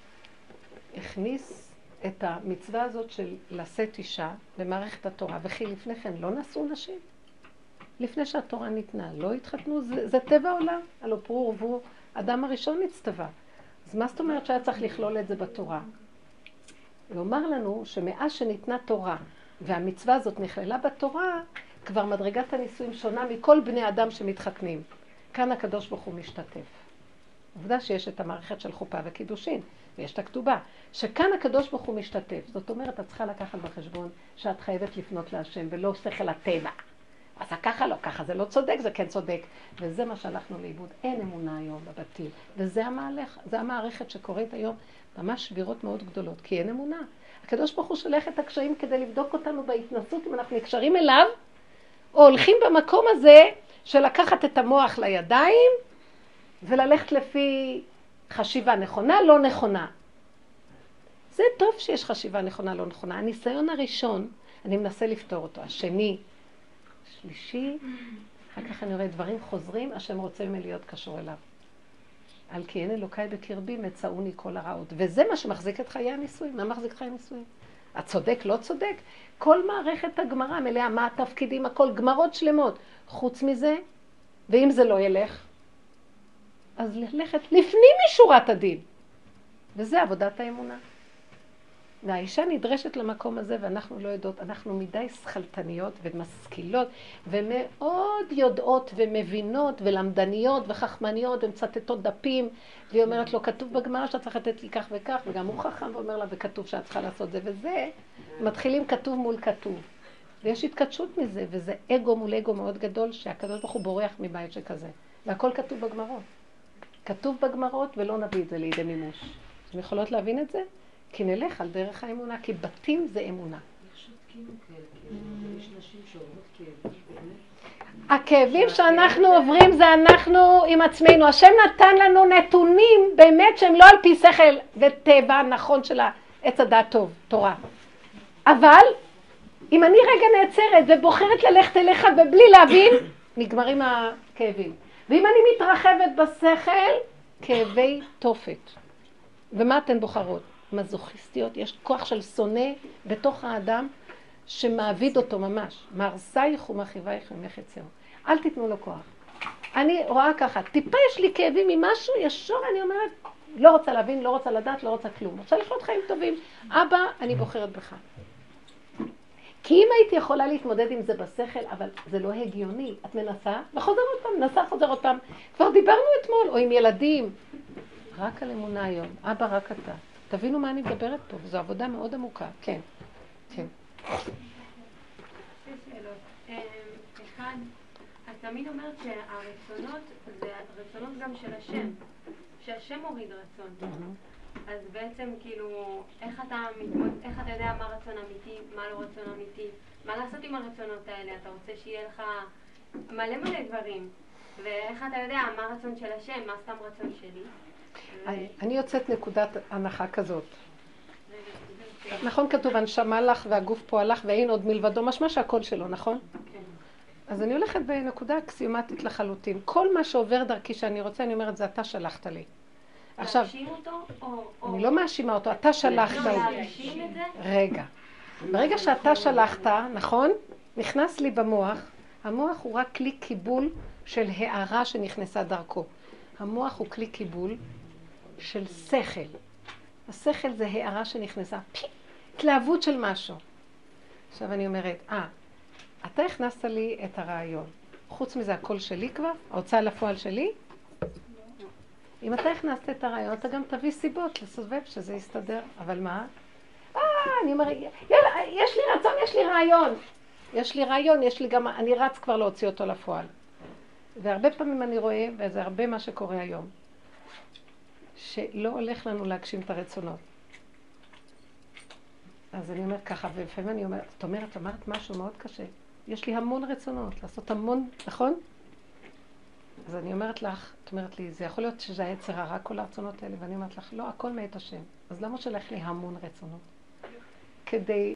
הכניס את המצווה הזאת של לשאת אישה במערכת התורה, וכי לפני כן לא נשאו נשים? לפני שהתורה ניתנה, לא התחתנו, זה, זה טבע העולם. הלוא פרו ורבו, אדם הראשון נצטווה. אז מה זאת אומרת שהיה צריך לכלול את זה בתורה? ואומר לנו שמאז שניתנה תורה, והמצווה הזאת נכללה בתורה, כבר מדרגת הנישואים שונה מכל בני אדם שמתחתנים. כאן הקדוש ברוך הוא משתתף. עובדה שיש את המערכת של חופה וקידושין, ויש את הכתובה, שכאן הקדוש ברוך הוא משתתף. זאת אומרת, את צריכה לקחת בחשבון שאת חייבת לפנות להשם, ולא שכל הטבע. אז ככה לא, ככה זה לא צודק, זה כן צודק. וזה מה שהלכנו לאיבוד. אין אמונה היום בבתים. וזה המהלך, זה המערכת שקורית היום, ממש שבירות מאוד גדולות, כי אין אמונה. הקדוש ברוך הוא שולח את הקשיים כדי לבדוק אותנו בהתנסות, אם אנחנו נקשרים אליו, או הולכים במקום הזה של לקחת את המוח לידיים, וללכת לפי חשיבה נכונה, לא נכונה. זה טוב שיש חשיבה נכונה, לא נכונה. הניסיון הראשון, אני מנסה לפתור אותו. השני, שלישי, אחר כך אני רואה דברים חוזרים, השם רוצה ממני להיות קשור אליו. על כי אין אלוקיי בקרבי מצאוני כל הרעות. וזה מה שמחזיק את חיי הנישואים. מה מחזיק את חיי הנישואים? הצודק, לא צודק? כל מערכת הגמרא מלאה, מה התפקידים, הכל גמרות שלמות. חוץ מזה, ואם זה לא ילך, אז ללכת לפנים משורת הדין. וזה עבודת האמונה. והאישה נדרשת למקום הזה, ואנחנו לא יודעות, אנחנו מדי שכלתניות ומשכילות, ומאוד יודעות ומבינות ולמדניות וחכמניות, ומצטטות דפים, והיא אומרת לו, כתוב בגמרא שאתה צריך לתת לי כך וכך, וגם הוא חכם ואומר לה, וכתוב שאת צריכה לעשות זה וזה, מתחילים כתוב מול כתוב. ויש התקדשות מזה, וזה אגו מול אגו מאוד גדול, שהקדוש ברוך הוא בורח מבית שכזה. והכל כתוב בגמרות. כתוב בגמרות ולא נביא את זה לידי מימוש. אתם יכולות להבין את זה? כי נלך על דרך האמונה, כי בתים זה אמונה. יש נשים שעוברות כאבים. הכאבים שאנחנו עוברים זה אנחנו עם עצמנו. השם נתן לנו נתונים באמת שהם לא על פי שכל וטבע נכון של עץ הדעת טוב, תורה. אבל אם אני רגע נעצרת ובוחרת ללכת אליך ובלי להבין, נגמרים הכאבים. ואם אני מתרחבת בשכל, כאבי תופת. ומה אתן בוחרות? מזוכיסטיות, יש כוח של שונא בתוך האדם שמעביד אותו ממש. מהרסייך ומחיווייך ממך יצאו. אל תיתנו לו כוח. אני רואה ככה, טיפה יש לי כאבים ממשהו, ישור אני אומרת, לא רוצה להבין, לא רוצה לדעת, לא רוצה כלום. רוצה לחיות חיים טובים. אבא, אני בוחרת בך. כי אם הייתי יכולה להתמודד עם זה בשכל, אבל זה לא הגיוני. את מנסה, וחוזר עוד פעם, מנסה, חוזר עוד פעם. כבר דיברנו אתמול, או עם ילדים. רק על אמונה היום. אבא, רק אתה. תבינו מה אני מדברת פה, זו עבודה מאוד עמוקה. כן, כן. אחד, את תמיד אומרת שהרצונות זה רצונות גם של השם. שהשם מוריד רצון. אז בעצם כאילו, איך אתה מתמוד, איך אתה יודע מה רצון אמיתי, מה לא רצון אמיתי, מה לעשות עם הרצונות האלה? אתה רוצה שיהיה לך מלא מלא דברים. ואיך אתה יודע מה רצון של השם, מה סתם רצון שלי? אני יוצאת נקודת הנחה כזאת. נכון כתוב, הנשמה לך והגוף פועל לך ואין עוד מלבדו, משמע שהכל שלו, נכון? כן. אז אני הולכת בנקודה אקסיומטית לחלוטין. כל מה שעובר דרכי שאני רוצה, אני אומרת, זה אתה שלחת לי. עכשיו, להאשים אותו או... אני לא מאשימה אותו, אתה שלחת לא, לי. להאשים את זה? רגע. ברגע שאתה שלחת, נכון? נכנס לי במוח, המוח הוא רק כלי קיבול של הערה שנכנסה דרכו. המוח הוא כלי קיבול של שכל. השכל זה הערה שנכנסה, פי, התלהבות של משהו. עכשיו אני אומרת, אה, אתה הכנסת לי את הרעיון. חוץ מזה הכל שלי כבר? ההוצאה לפועל שלי? אם אתה הכנסת את הרעיון, אתה גם תביא סיבות לסובב שזה יסתדר. אבל מה? אה, אני אומר, יאללה, יש לי רצון, יש לי רעיון. יש לי רעיון, יש לי גם, אני רץ כבר להוציא אותו לפועל. והרבה פעמים אני רואה, וזה הרבה מה שקורה היום, שלא הולך לנו להגשים את הרצונות. אז אני אומרת ככה, ולפעמים אני אומרת, את אומרת, אמרת משהו מאוד קשה. יש לי המון רצונות, לעשות המון, נכון? אז אני אומרת לך, את אומרת לי, זה יכול להיות שזה היצר הרע, כל הרצונות האלה, ואני אומרת לך, לא, הכל מאת השם. אז למה שלך לי המון רצונות? כדי